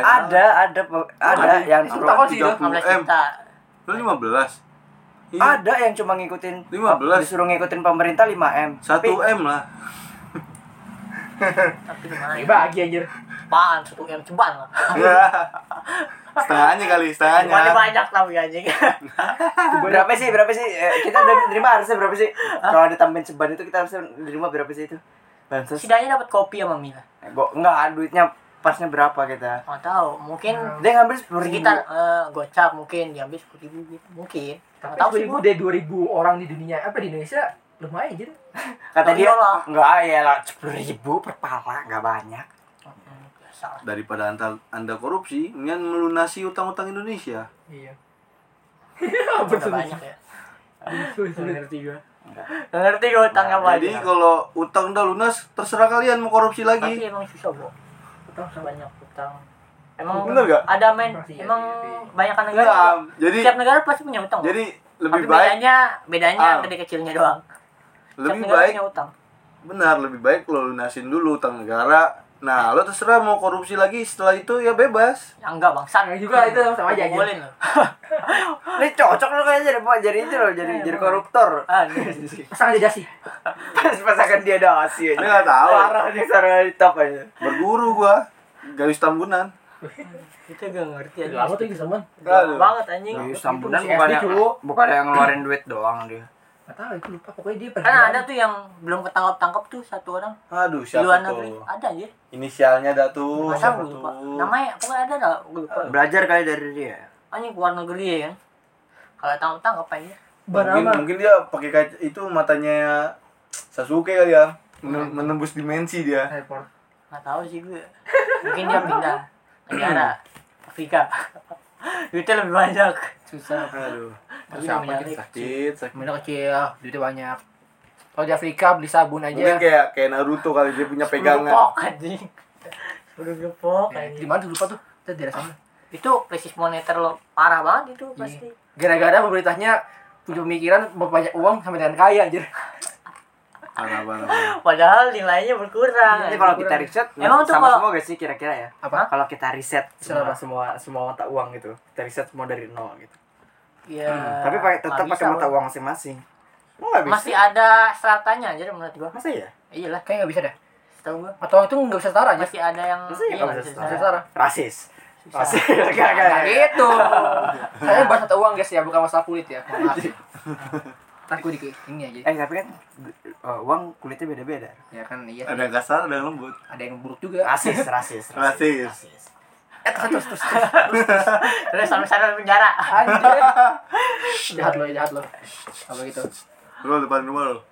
Ada yang Itu takut sih itu. 15 M. juta. Lu 15. Iya. ada yang cuma ngikutin 15. disuruh ngikutin pemerintah 5M. 1M lah. Tapi gimana? Bagi anjir. Apaan 1 M ceban lah. Setengahnya kali, Cebannya setengahnya. banyak tapi anjing. Berapa sih? Kita udah nerima harusnya berapa sih? Kalau ditambahin ceban itu kita harusnya nerima berapa sih itu? Bansos. Setidaknya dapat kopi sama Mila. Enggak, duitnya pasnya berapa kita? Nggak tahu, mungkin Dia ngambil 10.000. sekitar gocap mungkin diambil 10.000 gitu. Mungkin. Nggak tahu sih 2000 gua. deh 2000 orang di dunia apa di Indonesia lumayan gitu. Kata dia, Iyalah. enggak ya lah 10.000 per pala, enggak banyak. Biasa lah. Daripada anda korupsi, mendingan melunasi utang-utang Indonesia. Iya. Udah banyak ya. Nggak ngerti gua. Nggak ngerti gua utang apa Jadi aja. kalau utang udah lunas, terserah kalian mau korupsi Tapi lagi. emang susah, Bu. Utang banyak utang. Emang Bener nggak? ada main Iya, emang iya. banyak Enggak, negara. jadi Setiap negara pasti punya utang. Bu. jadi tapi lebih baik bedanya Ah. gede kecilnya doang. Setiap lebih negara baik punya utang. benar lebih baik lo lunasin dulu utang negara. Nah, lo terserah mau korupsi lagi setelah itu ya bebas. Ya enggak, bangsat. Nah, juga itu sama aja, anjir. Boleh loh. Ini cocok lu kayaknya jadi itu loh, jadi koruptor. Ah, gitu. Pasang aja dasi. Pas-pasakan dia dasi aja. Dia nggak tahu. Parah dia sarung di top aja. Berguru gua garis tambunan. Itu gak ngerti Udah lama aja. tuh gitu teman. Lama banget anjing. Di sambunan Itu bukannya masih SD, cu. bukannya yang ngeluarin duit doang dia. Enggak tahu itu lupa pokoknya dia Kan ada tuh yang belum ketangkap-tangkap tuh satu orang Aduh, di luar siapa negeri. tuh? Ada aja. Inisialnya dah tuh. Masa Siapa gue lupa. tuh? Namanya pokoknya ada enggak? Gue lupa. Belajar kali dari dia. Anjing keluar negeri ya kan. Kalau tangkap-tangkap aja. Mungkin dia pakai kaca itu matanya Sasuke kali ya. Menembus dimensi dia. Nggak tahu sih gue. Mungkin dia pindah negara Afrika. duitnya lebih banyak. Susah. Aduh. Tapi Siapa namanya gitu? Sakit, sakit. Mainnya kecil, duitnya banyak. Kalau di Afrika beli sabun aja. Mungkin kayak Naruto kali dia punya pegangan. Gepok anjing. Udah gepok Di anjing. mana tuh lupa tuh? Itu daerah sana. Itu krisis moneter lo parah banget itu pasti. Gara-gara pemerintahnya punya pemikiran banyak uang sampai dengan kaya anjir. Parah. Padahal nilainya berkurang. Ini kalau kita riset Emang tuh sama kalau- semua gak sih kira-kira ya? Apa? Kalau kita riset Kenapa? semua mata uang gitu. Kita riset semua dari nol gitu. Iya. Tapi tetap nggak pakai bisa, mata Bang. uang masing-masing. Lu enggak bisa. Masih ada stratanya aja menurut gua. Masa ya? Iyalah, Kayaknya nggak bisa deh. tahu gua. Atau itu nggak bisa setara aja. Masih ada yang Masa ya nggak bisa Nggak bisa setara. Rasis. Susah. Rasis. Nah, gitu. Saya bahas mata uang guys ya, bukan masalah kulit ya. Maaf. Ntar gue di ini aja. Tapi kan uang kulitnya beda-beda. Ya kan iya. Ada yang kasar, ada yang lembut. Ada yang buruk juga. Rasis. Rasis. Terus. Terus sampai sana penjara. Anjir. Jahat lo. Apa gitu? Lu depan rumah lu.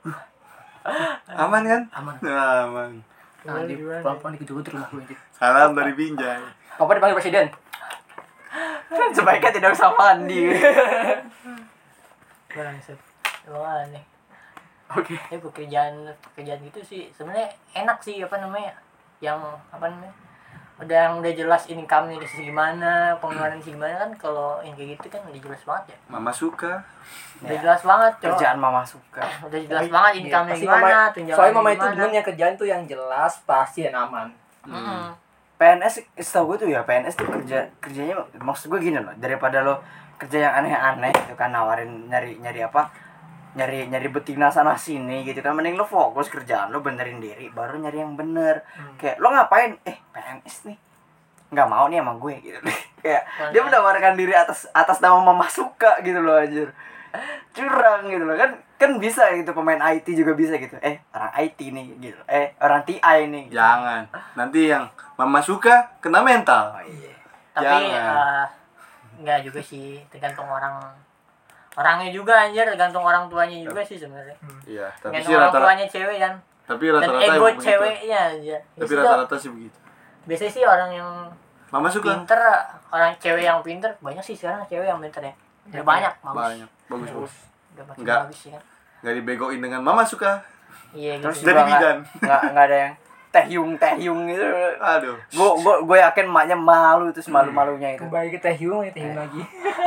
Aman kan? Aman. Aman. Nah, di pelan-pelan dikejut rumah gue anjir. Salam dari Binjai. Apa dipanggil presiden? Sebaiknya tidak usah mandi. Bangsat. Emang aneh. Oke. Pekerjaan gitu sih sebenarnya enak sih apa namanya? Yang apa namanya? Udah jelas income-nya segimana, pengeluaran segimana kan kalau yang kayak gitu kan udah jelas banget ya. Mama suka. Udah jelas banget, coba. Kerjaan mama suka. Udah jelas banget income-nya Pasti gimana, mama- tunjangannya soalnya mama itu gimana. duluan yang kerjaan tuh yang jelas, pasti dan aman. Mm-mm. PNS setahu gue tuh ya PNS tuh kerjanya maksud gue gini loh, daripada lo kerja yang aneh-aneh gitu kan, nawarin nyari betina sana sini gitu kan, mending lo fokus kerjaan lo, benerin diri baru nyari yang bener. Kayak lo ngapain PNS nih nggak mau nih sama gue gitu. Kayak dia menawarkan diri atas nama mama suka gitu loh anjir, curang gitu loh kan bisa gitu, pemain IT juga bisa gitu, orang IT nih gitu, orang TI nih gitu. Jangan. Nanti yang Mama suka kena mental. Oh iya. Tapi Jangan. enggak juga sih, tergantung orangnya juga anjir, tergantung orang tuanya juga sih sebenarnya. Iya, tapi sih Tergantung orang rata-rata tuanya cewek kan. tapi Dan rata-rata ego emang begitu. ceweknya aja. Tapi rata-rata sih begitu. Biasanya sih orang yang Mama suka. pinter, orang cewek yang pinter banyak sih sekarang cewek yang pinter ya. Udah banyak, bagus. Banyak. Bagus. Udah makin Enggak. bagus sih kan. Enggak dibegoin dengan Mama suka. Iya Terus gitu. Jadi juga bidan. nggak ada yang tehyung gitu. Aduh. Gue yakin emaknya malu terus malunya itu. Kembali ke Teh Hyung lagi.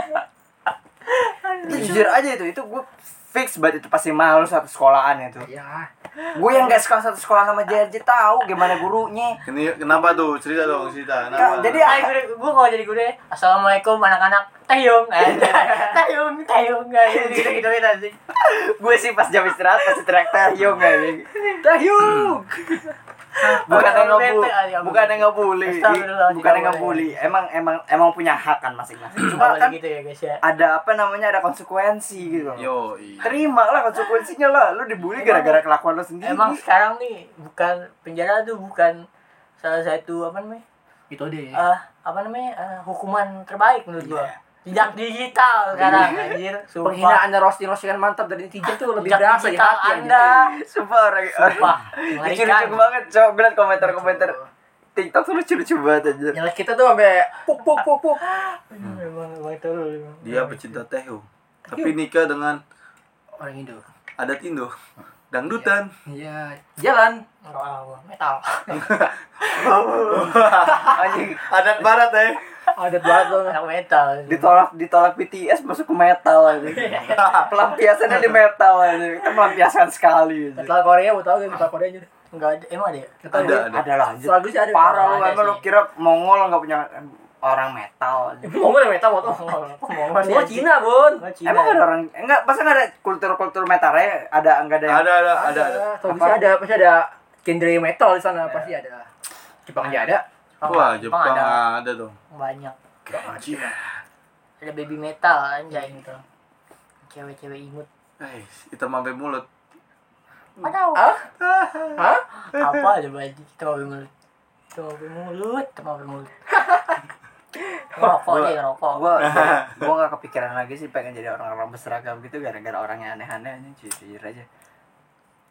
Jujur aja itu gue fix banget itu pasti malu satu sekolahan itu. Ya. Gue yang gak sekolah satu sekolah sama JRJ tahu gimana gurunya. Ini kenapa tuh? Cerita dong, cerita. Kenapa? Jadi gue kalau jadi guru ya, assalamualaikum anak-anak, Taeyong, Taeyong, gitu aja. gue sih pas jam istirahat pasti teriak tehyung anjing. Tehyung. Bukan yang ngebully. Astagfirullah, Bukan yang tidak ngebully. Emang punya hak kan masing-masing. Cuma kan gitu ya guys ya. ada ada konsekuensi gitu. Yo, Terima lah konsekuensinya lah. Lu dibully gara-gara kelakuan lu sendiri. Emang sekarang nih bukan penjara tuh bukan salah satu apa namanya? Itu deh. Hukuman terbaik menurut gua. Jejak digital sekarang anjir, sumpah. Penghinaannya roasting-roastingan mantap dari netizen tuh lebih Jejak berasa di digital hati anjir. Anda. Sumpah orang Sumpah, lucu-lucu banget. Coba gue liat komentar-komentar TikTok tuh lucu-lucu banget aja. Nyelek kita tuh sampai puk. Emang itu lu. dia pecinta Taeyong. Tapi nikah dengan Orang Indo. adat Indo. Dangdutan. Iya, jalan. Metal. Anjing Adat barat Adat banget loh. Anak metal. ditolak BTS masuk ke metal aja. Pelampiasannya di metal aja. Kita melampiaskan sekali aja. Metal Korea, mau tau gak metal Korea aja? Enggak ada, emang ada ya? Ada. Ada lah anjir. Lagu sih ada. Parah lu, Ada emang lu sih. kira Mongol enggak punya orang metal aja. Mongol yang metal mau tau. Mongol Semua Cina, Bun. Emang ada orang masa enggak ada kultur metalnya? Enggak ada yang Ada. Tahu sih ada, pasti ada genre metal di sana, pasti ada. Jepang aja ada. Wah, Jepang ada dong. banyak. Anjir. Ada baby metal anjay gitu. Cewek-cewek imut. Hitam sampai mulut. Padahal Hah? apa aja baju kita mau mulut. Rokok aja ngerokok. Gua enggak kepikiran lagi sih pengen jadi orang-orang berseragam gitu gara-gara orangnya aneh-aneh aja, jujur aja.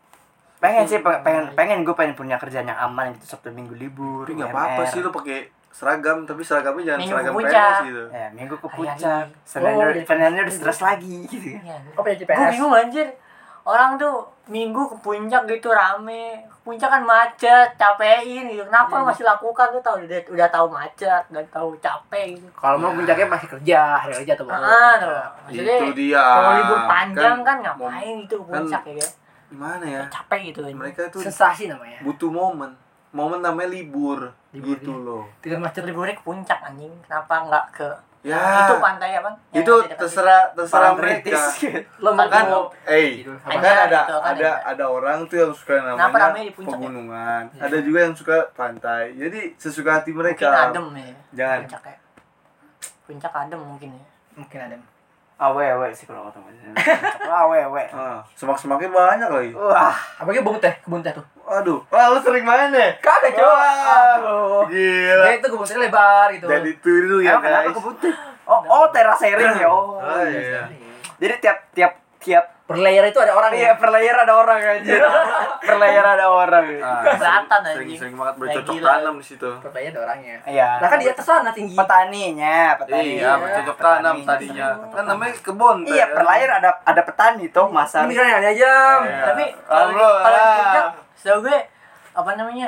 Pengen gue pengen punya kerjaan yang aman gitu, Sabtu Minggu libur. Tapi enggak apa-apa UMR. sih lu pakai seragam, tapi seragamnya jangan Minggu seragam ke puncak. PNS gitu. Ya, minggu ke Hari-hari. puncak. Oh, Sebenarnya udah stres lagi gitu kan. Iya. Oh, punya Gue CPNS. bingung anjir. Orang tuh minggu ke puncak gitu rame. Ke puncak kan macet, capein gitu. Kenapa lu masih lakukan tuh tahu udah tahu macet, udah tahu capek gitu. Kalau mau puncaknya masih kerja, hari kerja tuh. Tuh. Maksudnya Itu dia. kalau libur panjang kan Kan ngapain gitu ke puncak ya kan? Gimana ya? Capek gitu kan. Mereka itu Sensasi namanya. butuh momen. Momen namanya libur, Libur, gitu iya. loh. Tidak macet. Liburnya ke puncak anjing. Kenapa enggak ke Ya. itu pantai apa? Yang Itu nanti dekat terserah Orang mereka. kritis. Lo mau Kan mau kan Hanya ada gitu, kan ada orang tuh yang suka Kenapa namanya ramai di puncak ya? pegunungan. Ada juga yang suka pantai. Jadi sesuka hati mungkin mereka. adem ya. Jangan. Puncak ya. Puncak adem mungkin ya. mungkin ada. Awe sih kalau kata Mas. Awe. Semak-semaknya banyak lagi. Wah, Apalagi kebun teh tuh. Aduh, lu sering main ya? Kagak, Cok. Wah, Gila. Dia itu kebun teh lebar gitu. Jadi turu ya emang kenapa guys. ke puncak? Oh, teras sharing ya. Oh. Oh iya. Jadi tiap Per layer itu ada orang iya ya. per layer ada orang anjir. Per layer ada orang. Kelihatan anjing. Sering banget Kayak bercocok gila. tanam di situ. Per layer ada orangnya. Iya. Nah kan di atas sana tinggi. Petaninya. Iya, bercocok tanam tadinya. Kan namanya kebun. Iya, per layer ada petani tuh, masa. Ini kan aja. Tapi Kalau kalau di puncak, setahu gue apa namanya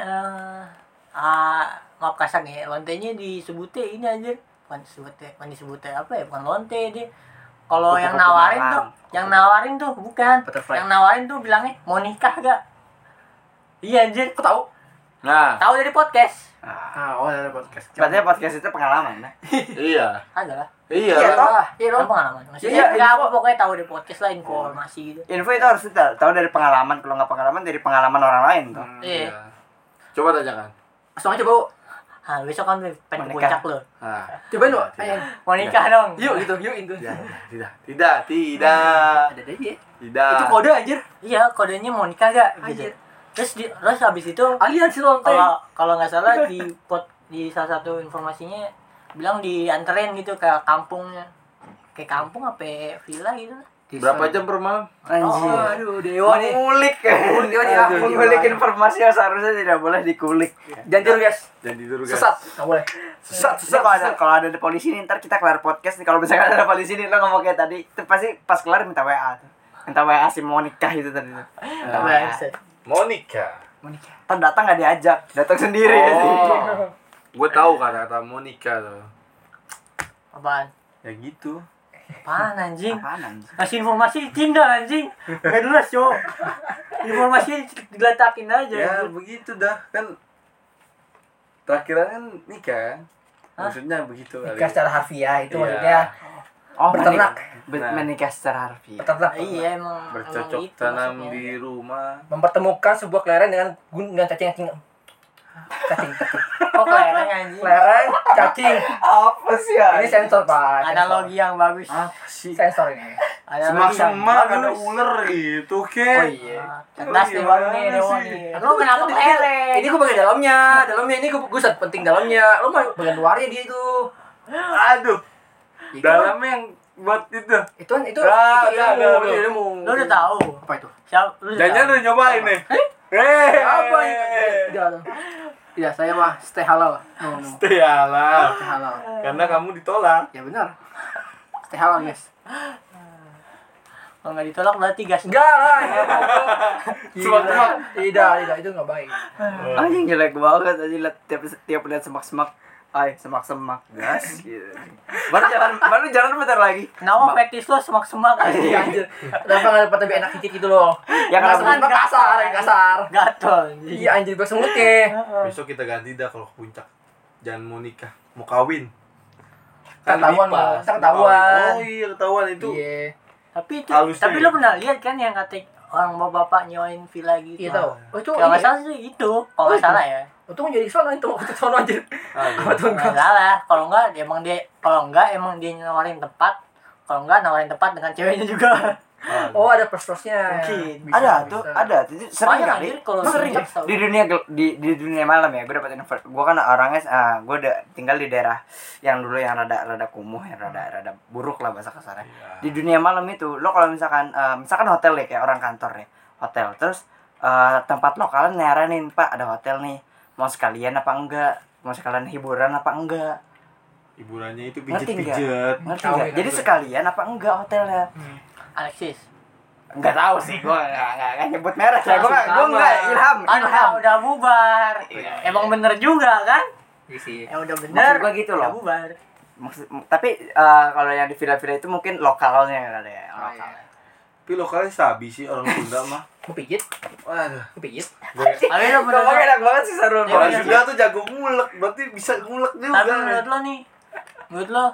maaf kasar nih, lontenya disebutnya ini anjir. Bukan disebutnya apa ya? Bukan lonte dia. Kalau yang Kupu-kupu nawarin malam. tuh, yang nawarin tuh bukan. Butterfly. Yang nawarin tuh bilangnya mau nikah gak? Iya anjir. Kau tahu? Nah, Tahu dari podcast. Ah, oh ada podcast. Berarti podcast itu pengalaman, nah. iya. Ada lah. Iya. Iya, toh. Iya dong pengalaman. Maksudnya Iya, enggak info. apa pokoknya tahu dari podcast lah informasi gitu. Info itu harus tahu dari pengalaman, kalau nggak pengalaman dari pengalaman orang lain tuh. Iya. Coba tanyakan. Langsung aja, Bu. Ah, besok kan pengen ke Menikah. puncak lo. Nah, Cobain, Bu. Tidak. Ayo. Mau nikah dong. Yuk gitu, yuk itu. tidak. Ada deh ya. Tidak. Itu kode anjir. Iya, kodenya mau nikah gak gitu. Anjir. Terus habis itu Aliansi lonte. kalau nggak salah di salah satu informasinya bilang dianterin gitu ke kampungnya. Ke kampung apa villa gitu. Berapa jam per malam? Anjir. Aduh, dewa nih. Mengulik. Dewa nih. Mengulik informasi yang seharusnya tidak boleh dikulik. Jangan tidur, guys. Jangan tidur guys. Sesat. Enggak boleh. Sesat. Kalau ada polisi nih, ntar kita kelar podcast nih. Kalau misalkan ada polisi nih, lo ngomong kayak tadi, itu pasti pas kelar minta WA tuh. Minta WA si mau nikah itu tadi tuh. Bangsat. Monica. Ntar datang nggak diajak, datang sendiri ya sih. Oh. Gue tahu kata Monica tuh. Apaan? Ya gitu. Apaan anjing? Apaan anjing? Ngasih informasi tinggal anjing. Gak jelas, Cok. Informasi diletakin aja. Ya anjing. begitu dah kan. Terakhiran kan nikah kan? Hah? Maksudnya begitu kali. Nikah secara harfiah itu Iya. maksudnya Oh, Berternak. Menikah secara harfiah. beternak. Iya emang Bercocok emang gitu tanam maksudnya. di rumah. Mempertemukan sebuah kelereng dengan cacing. Cacing. Kok kelereng anjing? Kelereng, cacing. Apa sih ya? Ini sensor, Pak. Sensor. Analogi yang bagus. Apa sih? Sensor ini. Analogi yang Semak-semak ada bagus. ular gitu, Oh ke? iya. Cerdas nih baru nih Dewa nih. Lu kenapa kelereng? Ini gue bagian dalamnya. Dalamnya ini gue set penting dalamnya. Lo mau bagian luarnya dia itu. Aduh. Itu Dalamnya yang buat itu. itu Ada, ilmu, ada. itu ilmu. Lu udah tahu. Apa itu? Siapa? Lu udah Jangan tahu? udah nyobain nih. Apa ini? Tidak. Tidak, saya mah stay halal. No. Stay halal. Stay halal. Karena kamu ditolak. Ya benar. Stay halal, guys. Kalau nggak ditolak berarti gas. Enggak lah. Semak-semak. Tidak, itu enggak baik. Anjing jelek banget aja liat tiap lihat semak-semak. Ay, semak-semak gas gitu. Baru jalan bentar lagi. Kenapa fetish lo semak-semak Iya, anjing? anjir. Kenapa enggak dapat lebih enak dikit gitu loh? Ya Nggak kenapa? sengaja. Semak kasar, yang kasar. Gatel. Iya, anjir gue semutnya. Besok kita ganti dah kalau ke puncak. Jangan mau nikah, mau kawin. Ketahuan, lipas. Bang. Kita ketahuan. Oh iya, ketahuan itu. Iya. Tapi itu, Halusnya tapi ya? lo pernah lihat kan yang kata orang bapak nyewain villa gitu? Iya tahu. Oh, itu Kalau nggak iya. salah sih itu, kalau nggak salah ya. Untung jadi sono itu mau ke sono anjir. Apa tuh Nggak enggak? salah. Kalau nggak emang dia nawarin tempat. Kalau nggak nawarin tempat dengan ceweknya juga. Oh, ada plus-plusnya. Mungkin. Bisa, Ada bisa. tuh, ada. Itu sering Banyak, kali. anjir, kalau Sering puncak tahu. di dunia di dunia malam ya. Gue dapat info. Gue kan orangnya gue udah tinggal di daerah yang dulu yang rada kumuh, yang rada buruk lah bahasa kasarnya. Di dunia malam itu lo kalau misalkan hotel ya, kayak orang kantor ya, hotel terus tempat lokalan nyaranin, Pak ada hotel nih, mau sekalian apa enggak mau sekalian hiburan apa enggak. Hiburannya itu Ngerti pijet-pijet. Ngerti Tahu nggak? ya, Jadi tahu. sekalian apa enggak hotelnya? Alexis. Enggak tahu sih, gua enggak nyebut merek ya. Gua enggak Ilham. Kan udah bubar. Emang bener juga kan? Iya sih. Udah bener. Maksud gua gitu udah loh. bubar. Tapi kalau yang di villa-villa itu mungkin lokalnya kali ya. Oh, Lokal. iya. Tapi lokalnya sabi sih orang Sunda mah. Mau pijit? Waduh. Mau pijit? Tapi lo Ngomong bener. enak banget sih Sarul. Iya, Orang iya. Sunda tuh jago ngulek, berarti bisa ngulek juga. Tapi menurut lo nih, menurut lo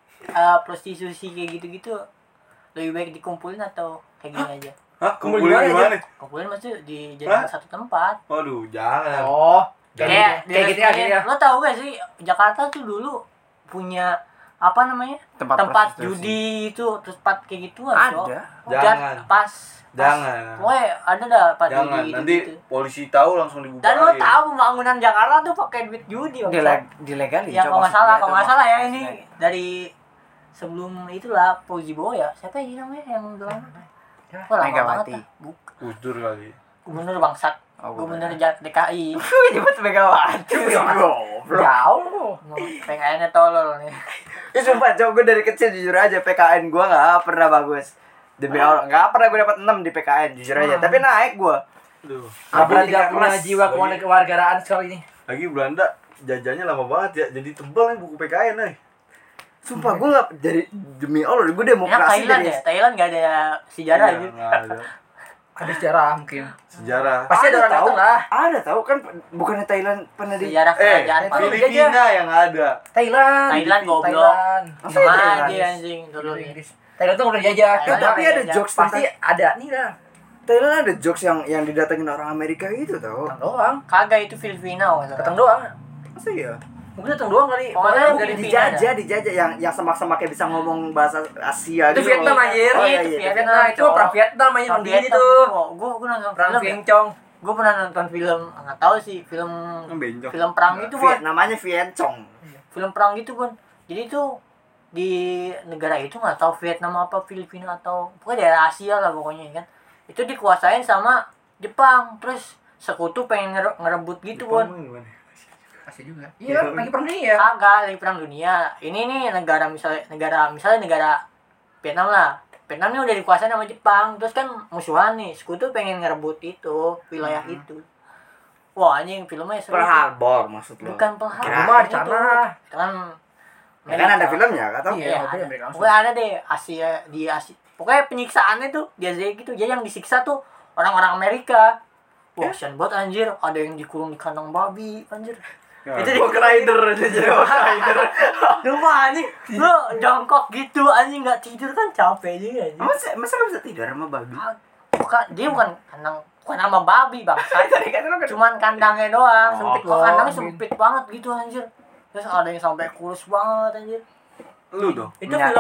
prostitusi kayak gitu-gitu lebih baik dikumpulin atau kayak gini aja? Hah? Kumpul Kumpulin gimana gimana? Kumpulin maksudnya dijadikan Hah? satu tempat. Waduh, jangan. Oh. Kayak Kayak gitu ya, kayak Lo tau gak sih Jakarta tuh dulu punya apa namanya? Tempat Tempat prostitusi. judi itu, terus tempat kayak gituan, Cok. Ada. Jangan. Pas. Jangan. Pokoknya ada dah tempat Jangan, judi nanti gitu. polisi tahu langsung dibubarin. Dan lo tahu pembangunan Jakarta tuh pakai duit judi, Bang. Dilegalin. Ya Cok, kalau nggak salah, maksudnya kalau nggak itu salah ya maksudnya. ini dari sebelum itulah Fauzi Bowo ya. Siapa ya namanya yang bilang? Wah, lama Megawati. banget. Bukan. Gusdur kali. Gubernur bangsat. Oh, Gubernur gubernur. DKI. Nyebut Megawati. Goblok. Jauh. PKN-nya tolol nih. Ya sumpah, Cok, gue dari kecil jujur aja PKN gue gak pernah bagus. Demi Allah, gak pernah gue dapat 6 di PKN, jujur aja. Tapi naik gue. Aduh. Aku Pernah tidak tiga punya kelas. jiwa kewarganegaraan sekali ini. Lagi Belanda jajannya lama banget ya. Jadi tebal nih buku PKN nih. Sumpah gue gak, dari demi Allah, gue Enak demokrasi Thailand dari ya. Thailand nggak ada sejarah Iya, gitu. nggak ada. Ada sejarah mungkin. Sejarah. Pasti ada orang tahu. datang lah. Ada tahu kan, bukannya Thailand pernah di... Sejarah kerajaan Pak. Filipina yang ada. Thailand. Goblok. Thailand. Masa Sama Thailand? aja anjing dulu nih. Inggris. Thailand tuh udah jajah. Thailand Ya, tapi ada jajah. jokes Pasti tentang ada nih lah. Thailand ada jokes yang didatengin orang Amerika gitu tau. Datang doang. Kagak itu Filipina kalau nggak salah. Datang doang. Masa ya? Mungkin datang doang kali. Pokoknya Pokoknya dari dari Dijajah yang semak-semaknya bisa ngomong bahasa Asia itu gitu. Vietnam anjir. Oh iya Itu iya. Vietnam. Vietnam itu perang Vietnam aja Perang di Vietnam. tuh. Oh, gua nonton Perang film ya. Vieng Cong. Gue pernah nonton film, nggak tahu sih film Benjok. film perang itu Bon. Namanya Vietcong. Film perang gitu Bon. Jadi tuh di negara itu nggak tahu Vietnam apa Filipina atau pokoknya daerah Asia lah pokoknya kan. Itu dikuasain sama Jepang. Terus sekutu pengen ngerebut gitu Bon. Kasih juga. Iya, lagi perang dunia. Kagak lagi perang dunia. Ini nih negara misalnya negara Vietnam lah. Vietnam ini udah dikuasain sama Jepang. Terus kan musuhan nih. Sekutu pengen ngerebut itu wilayah itu. Wah anjing filmnya seru. Pearl Harbor maksud lo. Bukan Pearl Harbor. Kirain. Rumah di itu. sana. Kan Ya kan ada filmnya, gak tau? Iya, Iya, mobilnya ada. Amerika langsung. Pokoknya ada deh Asia di Asia. Pokoknya penyiksaannya tuh dia gitu. Jadi yang disiksa tuh orang-orang Amerika. Wah, kasian banget anjir. Ada yang dikurung di kandang babi anjir. Itu di Walk Rider aja jadi Walk Rider. rumah anjing. Lu jongkok gitu anjing enggak tidur kan capek juga anjing. Masa gak bisa tidur sama babi? Dia bukan kandang bukan sama babi bangsa. Tadi kan lo kan Cuman kandangnya doang. Sempit kok Oh, kandangnya amin. sempit banget gitu anjir. Terus ada yang sampai kurus banget anjir. Lu dong. Itu Ya.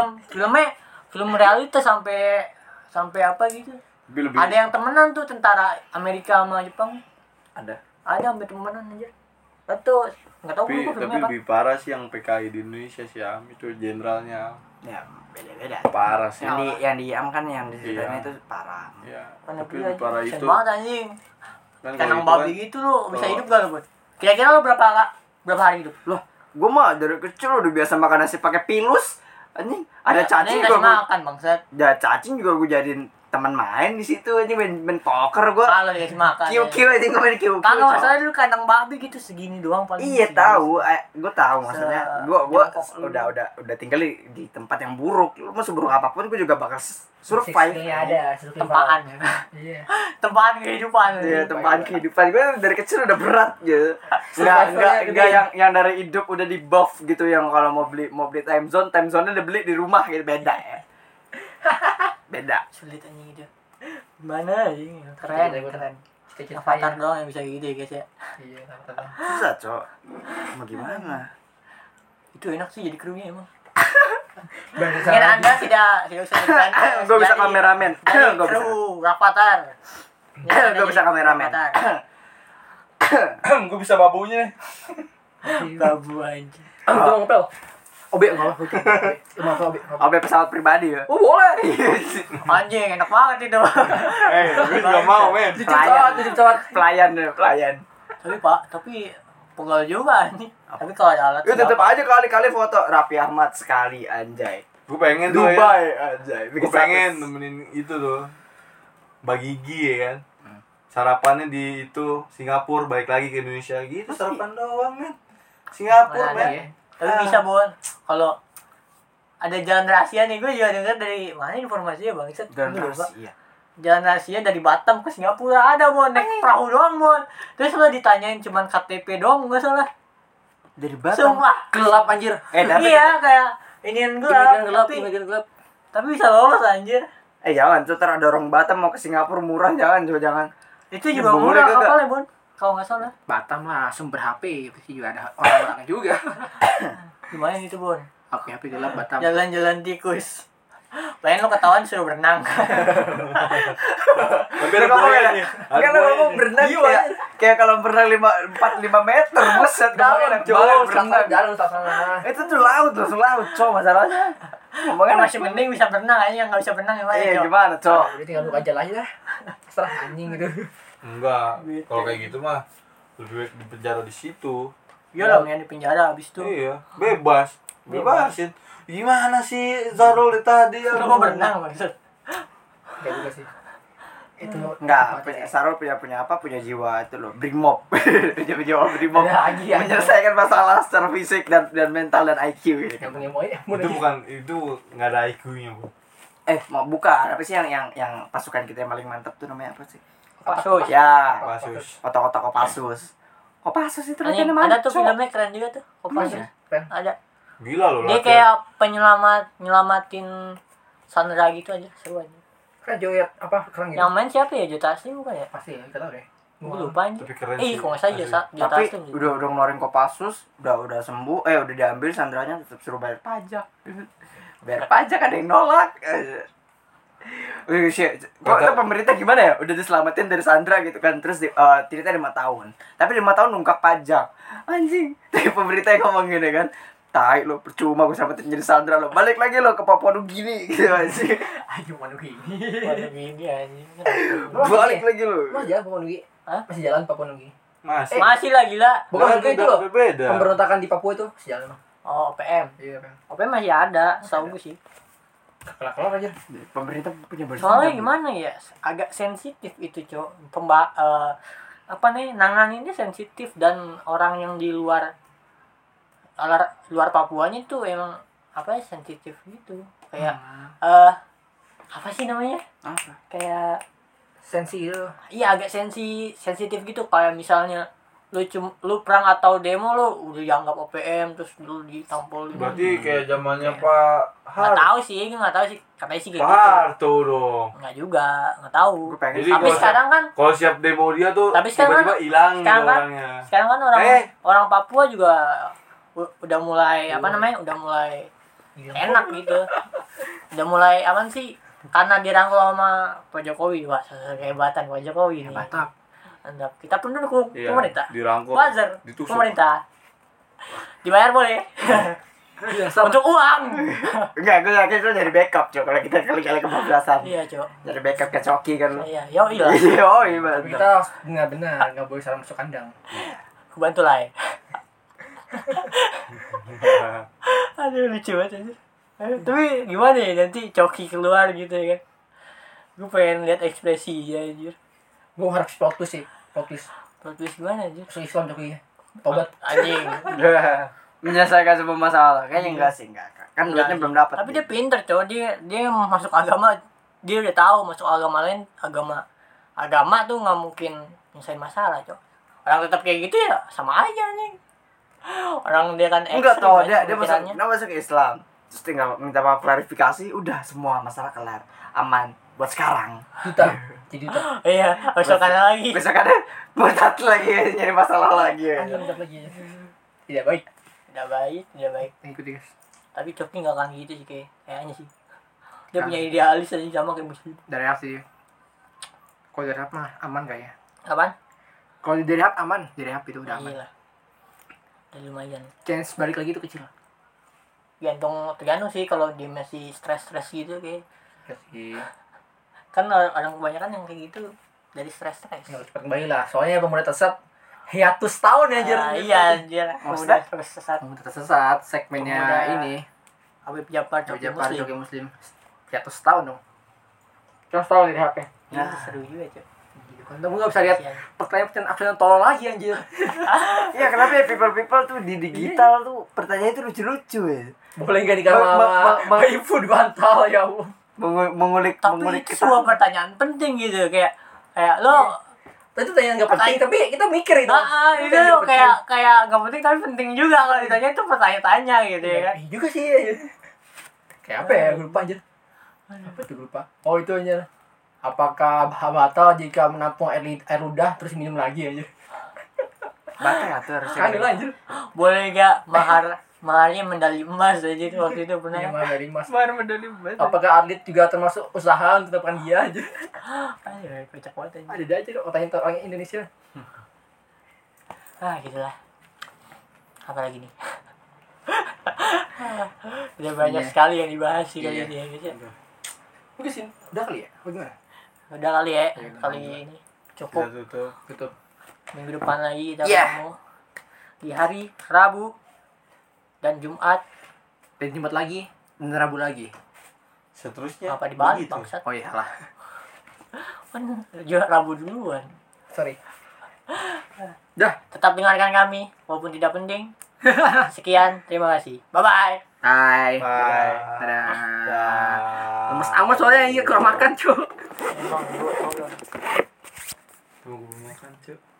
film realita sampai apa gitu. Lebih Ada yang temenan tuh tentara Amerika sama Jepang. ada. Ada sampai temenan aja. Itu enggak tahu tapi gua filmnya apa. lebih parah sih yang PKI di Indonesia sih Am. Itu jenderalnya Ya, beda-beda. parah sih. Yang di IAM kan yang di ceritanya Iya. itu parah. Ya, Karena tapi dia lebih parah kasian itu. banget anjing. Kan Kandang kalau babi itu gitu lu bisa kalau- hidup gak lu, Bud? Kira-kira lu berapa hari hidup? Loh, gua mah dari kecil udah biasa makan nasi pakai pilus. Anjing, ada cacing juga juga. makan bangsat. Ya cacing juga gua jadiin teman main di situ anjing main poker gua. Kalau dikasih makan. Kiu anjing gua main kiu. Kagak masalah dulu kandang babi gitu segini doang paling. Iya segini. tahu, gua tahu maksudnya. Gua Jongkok lu. udah tinggal di tempat yang buruk. Lu mau seburuk apapun gua juga bakal survive. Sixty-nya ada, Tempaan ya. Iya. Tempaan kehidupan. Iya, tempaan kehidupan gue dari kecil udah berat gitu. Enggak yang dari hidup udah di buff gitu yang kalau mau beli time zone-nya udah beli di rumah gitu beda ya. Beda. Sulit anjing itu. Gimana anjing? Keren, keren. Avatar doang yang bisa gitu ya guys ya. Iya, Avatar. Susah, Cok. Mau gimana? Itu enak sih jadi krunya emang. Bahasa Mungkin Anda tidak usah jadi Gue bisa kameramen. Jadi Gue bisa. kru Avatar. Gue bisa kameramen. gue bisa babunya. Babu anjing. Itu ngepel. Obe enggak apa. Maaf, Obe. Obe pesawat pribadi ya. Oh, boleh. Anjing enak banget itu. Gue juga mau men. Cucot. Pelayan. Tapi pegel juga nih. Tapi kalau ada alat Itu tetep aja kali-kali foto Raffi Ahmad sekali anjay. Gue pengen tuh ya. Dubai anjay. Gue pengen nemenin itu tuh bagi gigi ya kan. Sarapannya di itu Singapura, balik lagi ke Indonesia gitu sarapan doang men. Singapura Mana ada men. ya? Tapi bisa Bon. Kalau ada jalan rahasia nih, gue juga dengar dari mana informasinya Bang Iset. Dan Gue lupa. rahasia. Jalan rahasia dari Batam ke Singapura ada Bon, naik perahu doang Bon. Terus lo ditanyain cuman KTP doang nggak salah. Dari Batam. Sumpah. Gelap anjir. Tapi Iya kayak inian Imigran gelap, gelap, imigran gelap. tapi bisa lolos anjir. jangan, tuh ntar ada orang Batam mau ke Singapura murah, jangan. Itu juga Boleh murah kagak? kapalnya Bon, kalau nggak salah. Batam lah, sumber HP, pasti juga ada orang-orangnya juga. Gimana itu Bon? HP gelap Batam. Jalan-jalan tikus. Pengen lo ketahuan suruh berenang. Tapi ada Ngomong buaya ya? nih. Kan ngomong berenang kayak kalau berenang 4-5 meter, buset. Dalam Jauh berenang dalam sana. Itu tuh laut, Cok, masalahnya. Ngomongnya Kan masih mending bisa berenang aja, yang nggak bisa berenang gimana Iya, Cok? gimana, Cok? Jadi tinggal lu aja lah ya. Terserah anjing gitu. Enggak. Kalau kayak gitu mah lebih baik di penjara di situ. Iya lah, yang di penjara abis itu. Iya, bebas. Bebasin. Gimana sih Zarul tadi ya? Lo mau berenang maksud? Enggak juga sih. Itu Enggak, Sarul punya jiwa itu loh, brimob. Jiwa brimob. Ada lagi ya. Menyelesaikan masalah secara fisik dan mental dan IQ gitu. yang pengen mau ya. Itu nggak ada IQ-nya, Bu. Mau buka apa sih yang pasukan kita yang paling mantap tuh namanya apa sih? Kopassus. Ya, Kopassus. otak-otak Kopassus. Kopassus itu Anjing, latihannya ada tuh Cok. filmnya keren juga tuh. Kopassus. Iya. Ada. Gila loh. Dia latihan. kayak nyelamatin Sandra gitu aja, seru aja. Kan Joyet apa keren gitu. Yang main siapa ya? Jota Asli bukan ya? Pasti ya, enggak tahu deh. Gue lupa aja. Tapi keren sih. Kok nggak salah Asli. Jota Tapi Asli. udah ngeluarin Kopassus, udah sembuh, udah diambil sandranya tetap suruh bayar pajak. Bayar pajak ada yang nolak. Wih, shit. Kok itu pemerintah gimana ya? Udah diselamatin dari Sandra gitu kan. Terus tiritnya 5 tahun. Tapi 5 tahun nunggak pajak. Anjing. Tapi pemerintah yang ngomong gini kan. Tai lo, percuma gue selamatin jadi Sandra lo. Balik lagi lo ke Papua Nugini gitu anjing. Ayo mana gini. Waduh gini anjing. Balik lagi lo. Masih jalan Papua Nugini? Hah? Masih jalan Papua Nugini? Masih. Masih lah gila. Bukan Nah, juga itu loh. udah beda. Pemberontakan di Papua itu masih jalan mah. Oh, OPM. Iya kan. OPM masih ada, setahu gue sih. Kelar aja. Pemerintah punya balas Soalnya dendam. gimana ya? Agak sensitif itu, Cok. Apa nih? Nanganinnya sensitif dan orang yang di luar Papuanya tuh emang apa ya, sensitif gitu. Kayak apa sih namanya? Apa? Kayak Sensi itu. iya agak sensitif gitu, kayak misalnya lu perang atau demo lu udah dianggap OPM terus lu ditampol gitu. Berarti kayak zamannya Pak Nggak tahu sih, gue nggak tahu sih, katanya sih kayak Pak gitu. Harto dong. Nggak juga, nggak tahu. Gue pengen Jadi Tapi kalau sekarang kan Kalau siap demo dia tuh Tapi sekarang tiba-tiba hilang gitu sekarang kan- orangnya. sekarang kan orang Papua juga udah mulai apa namanya, udah mulai enak gitu, udah mulai aman sih karena dirangkul sama Pak Jokowi. Wah, kehebatan Pak Jokowi ini. Mantap. Mantap. Kita pendukung Iya, pemerintah. dirangkul. Buzzer Ditusuk. pemerintah. Dibayar boleh. Iya, sama. Untuk uang. Enggak, gue yakin itu dari backup, Cok. Kalau kita kali-kali kebablasan. Iya, Cok. Dari backup ke Coki kan lo. Iya, yo iya. Oh iya, Tapi kita harus benar-benar enggak boleh salah masuk kandang. Kebantu lah. Aduh, lucu banget anjir. Tapi gimana ya nanti Coki keluar gitu ya kan. Gue pengen lihat ekspresinya anjir. Gue harap plot twist sih. Plot twist. Plot twist gimana anjir? Masuk Islam Jokowi ya. Tobat. Anjing. Menyelesaikan semua masalah. Kayaknya enggak sih, enggak. Kan duitnya belum dapat. Tapi dia pinter, cowok. Dia masuk agama, dia udah tahu masuk agama lain, agama tuh nggak mungkin nyelesain masalah, cowok. Orang tetap kayak gitu ya sama aja nih. Orang dia kan Enggak ekstrim tahu kan dia pemikirannya. masuk ke Islam. Terus tinggal minta maaf klarifikasi, udah semua masalah kelar. Aman buat sekarang. Duta. Jadi duta. Iya, besokannya lagi. Besok ada murtad lagi, nyari masalah lagi. Anjing udah lagi. Tidak baik. Udah baik, udah baik. Ikuti guys. Tapi Coki nggak akan gitu sih kayaknya sih. Dia punya idealis aja sama kayak muslim. Dari rap sih. Kalau dari rap mah aman gak ya? Apaan? Kalau dari rap aman, dari rap itu udah aman. Iya lah. Udah lumayan. Chance balik lagi itu kecil. Tergantung sih kalau dia masih stres gitu kayak. Ya sih. Kan orang kebanyakan yang kayak gitu dari stres. Nggak cepat kembali lah. Soalnya pemerintah tetap hiatus tahun anjir. Iya anjir. Maksudnya? Udah tersesat. Tersesat segmennya Pemuda. ini. Habib Jafar Coki Jafar Muslim. Joki Muslim. Hiatus tahun dong. Hiatus tahun di HP. Iya, seru juga, Cok. Kamu nggak bisa lihat pertanyaan aksen tolol lagi anjir. Iya, kenapa ya people tuh di digital tuh pertanyaan itu lucu-lucu ya. Boleh nggak dikasih sama ibu di bantal ya Allah. Mengulik Tapi itu sebuah pertanyaan penting gitu, kayak lo Itu tanya nggak penting tapi kita mikir itu. itu kayak nggak penting tapi penting juga kalau ditanya itu pertanyaan-tanya gitu ya kan. Iya juga sih. Ya. Kayak apa ya? Gue lupa anjir. Apa itu gue lupa? Oh itu aja. Apakah batal jika menampung air ludah terus minum lagi aja? batal tuh harusnya. Kan anjir. Boleh nggak maharnya medali emas aja itu waktu itu pernah. Iya, dari Mas. Mahar medali emas. Apakah atlet juga termasuk usaha untuk mendapatkan dia aja? Ayo, kocak banget aja. Ada aja pertanyaan orang Indonesia. Gitulah. Apa lagi nih? Udah banyak sekali yang dibahas sih kali ini ya guys ya. Mungkin sih udah kali ya? Bagaimana? Udah kali ya, kali ini cukup. Kita tutup. Minggu depan lagi kita Iya. ketemu di hari Rabu dan Jumat. Dan Jumat lagi, dan Rabu lagi. Seterusnya Apa dibalik begitu. bangsat? Oh iya lah. Kan jual Rabu duluan. Sorry. Dah. Tetap dengarkan kami walaupun tidak penting. Sekian, terima kasih. Bye bye. Bye. Bye. Dadah. Lemes amat soalnya ini kurang makan, cuy. Emang gua Tunggu makan, Cuk.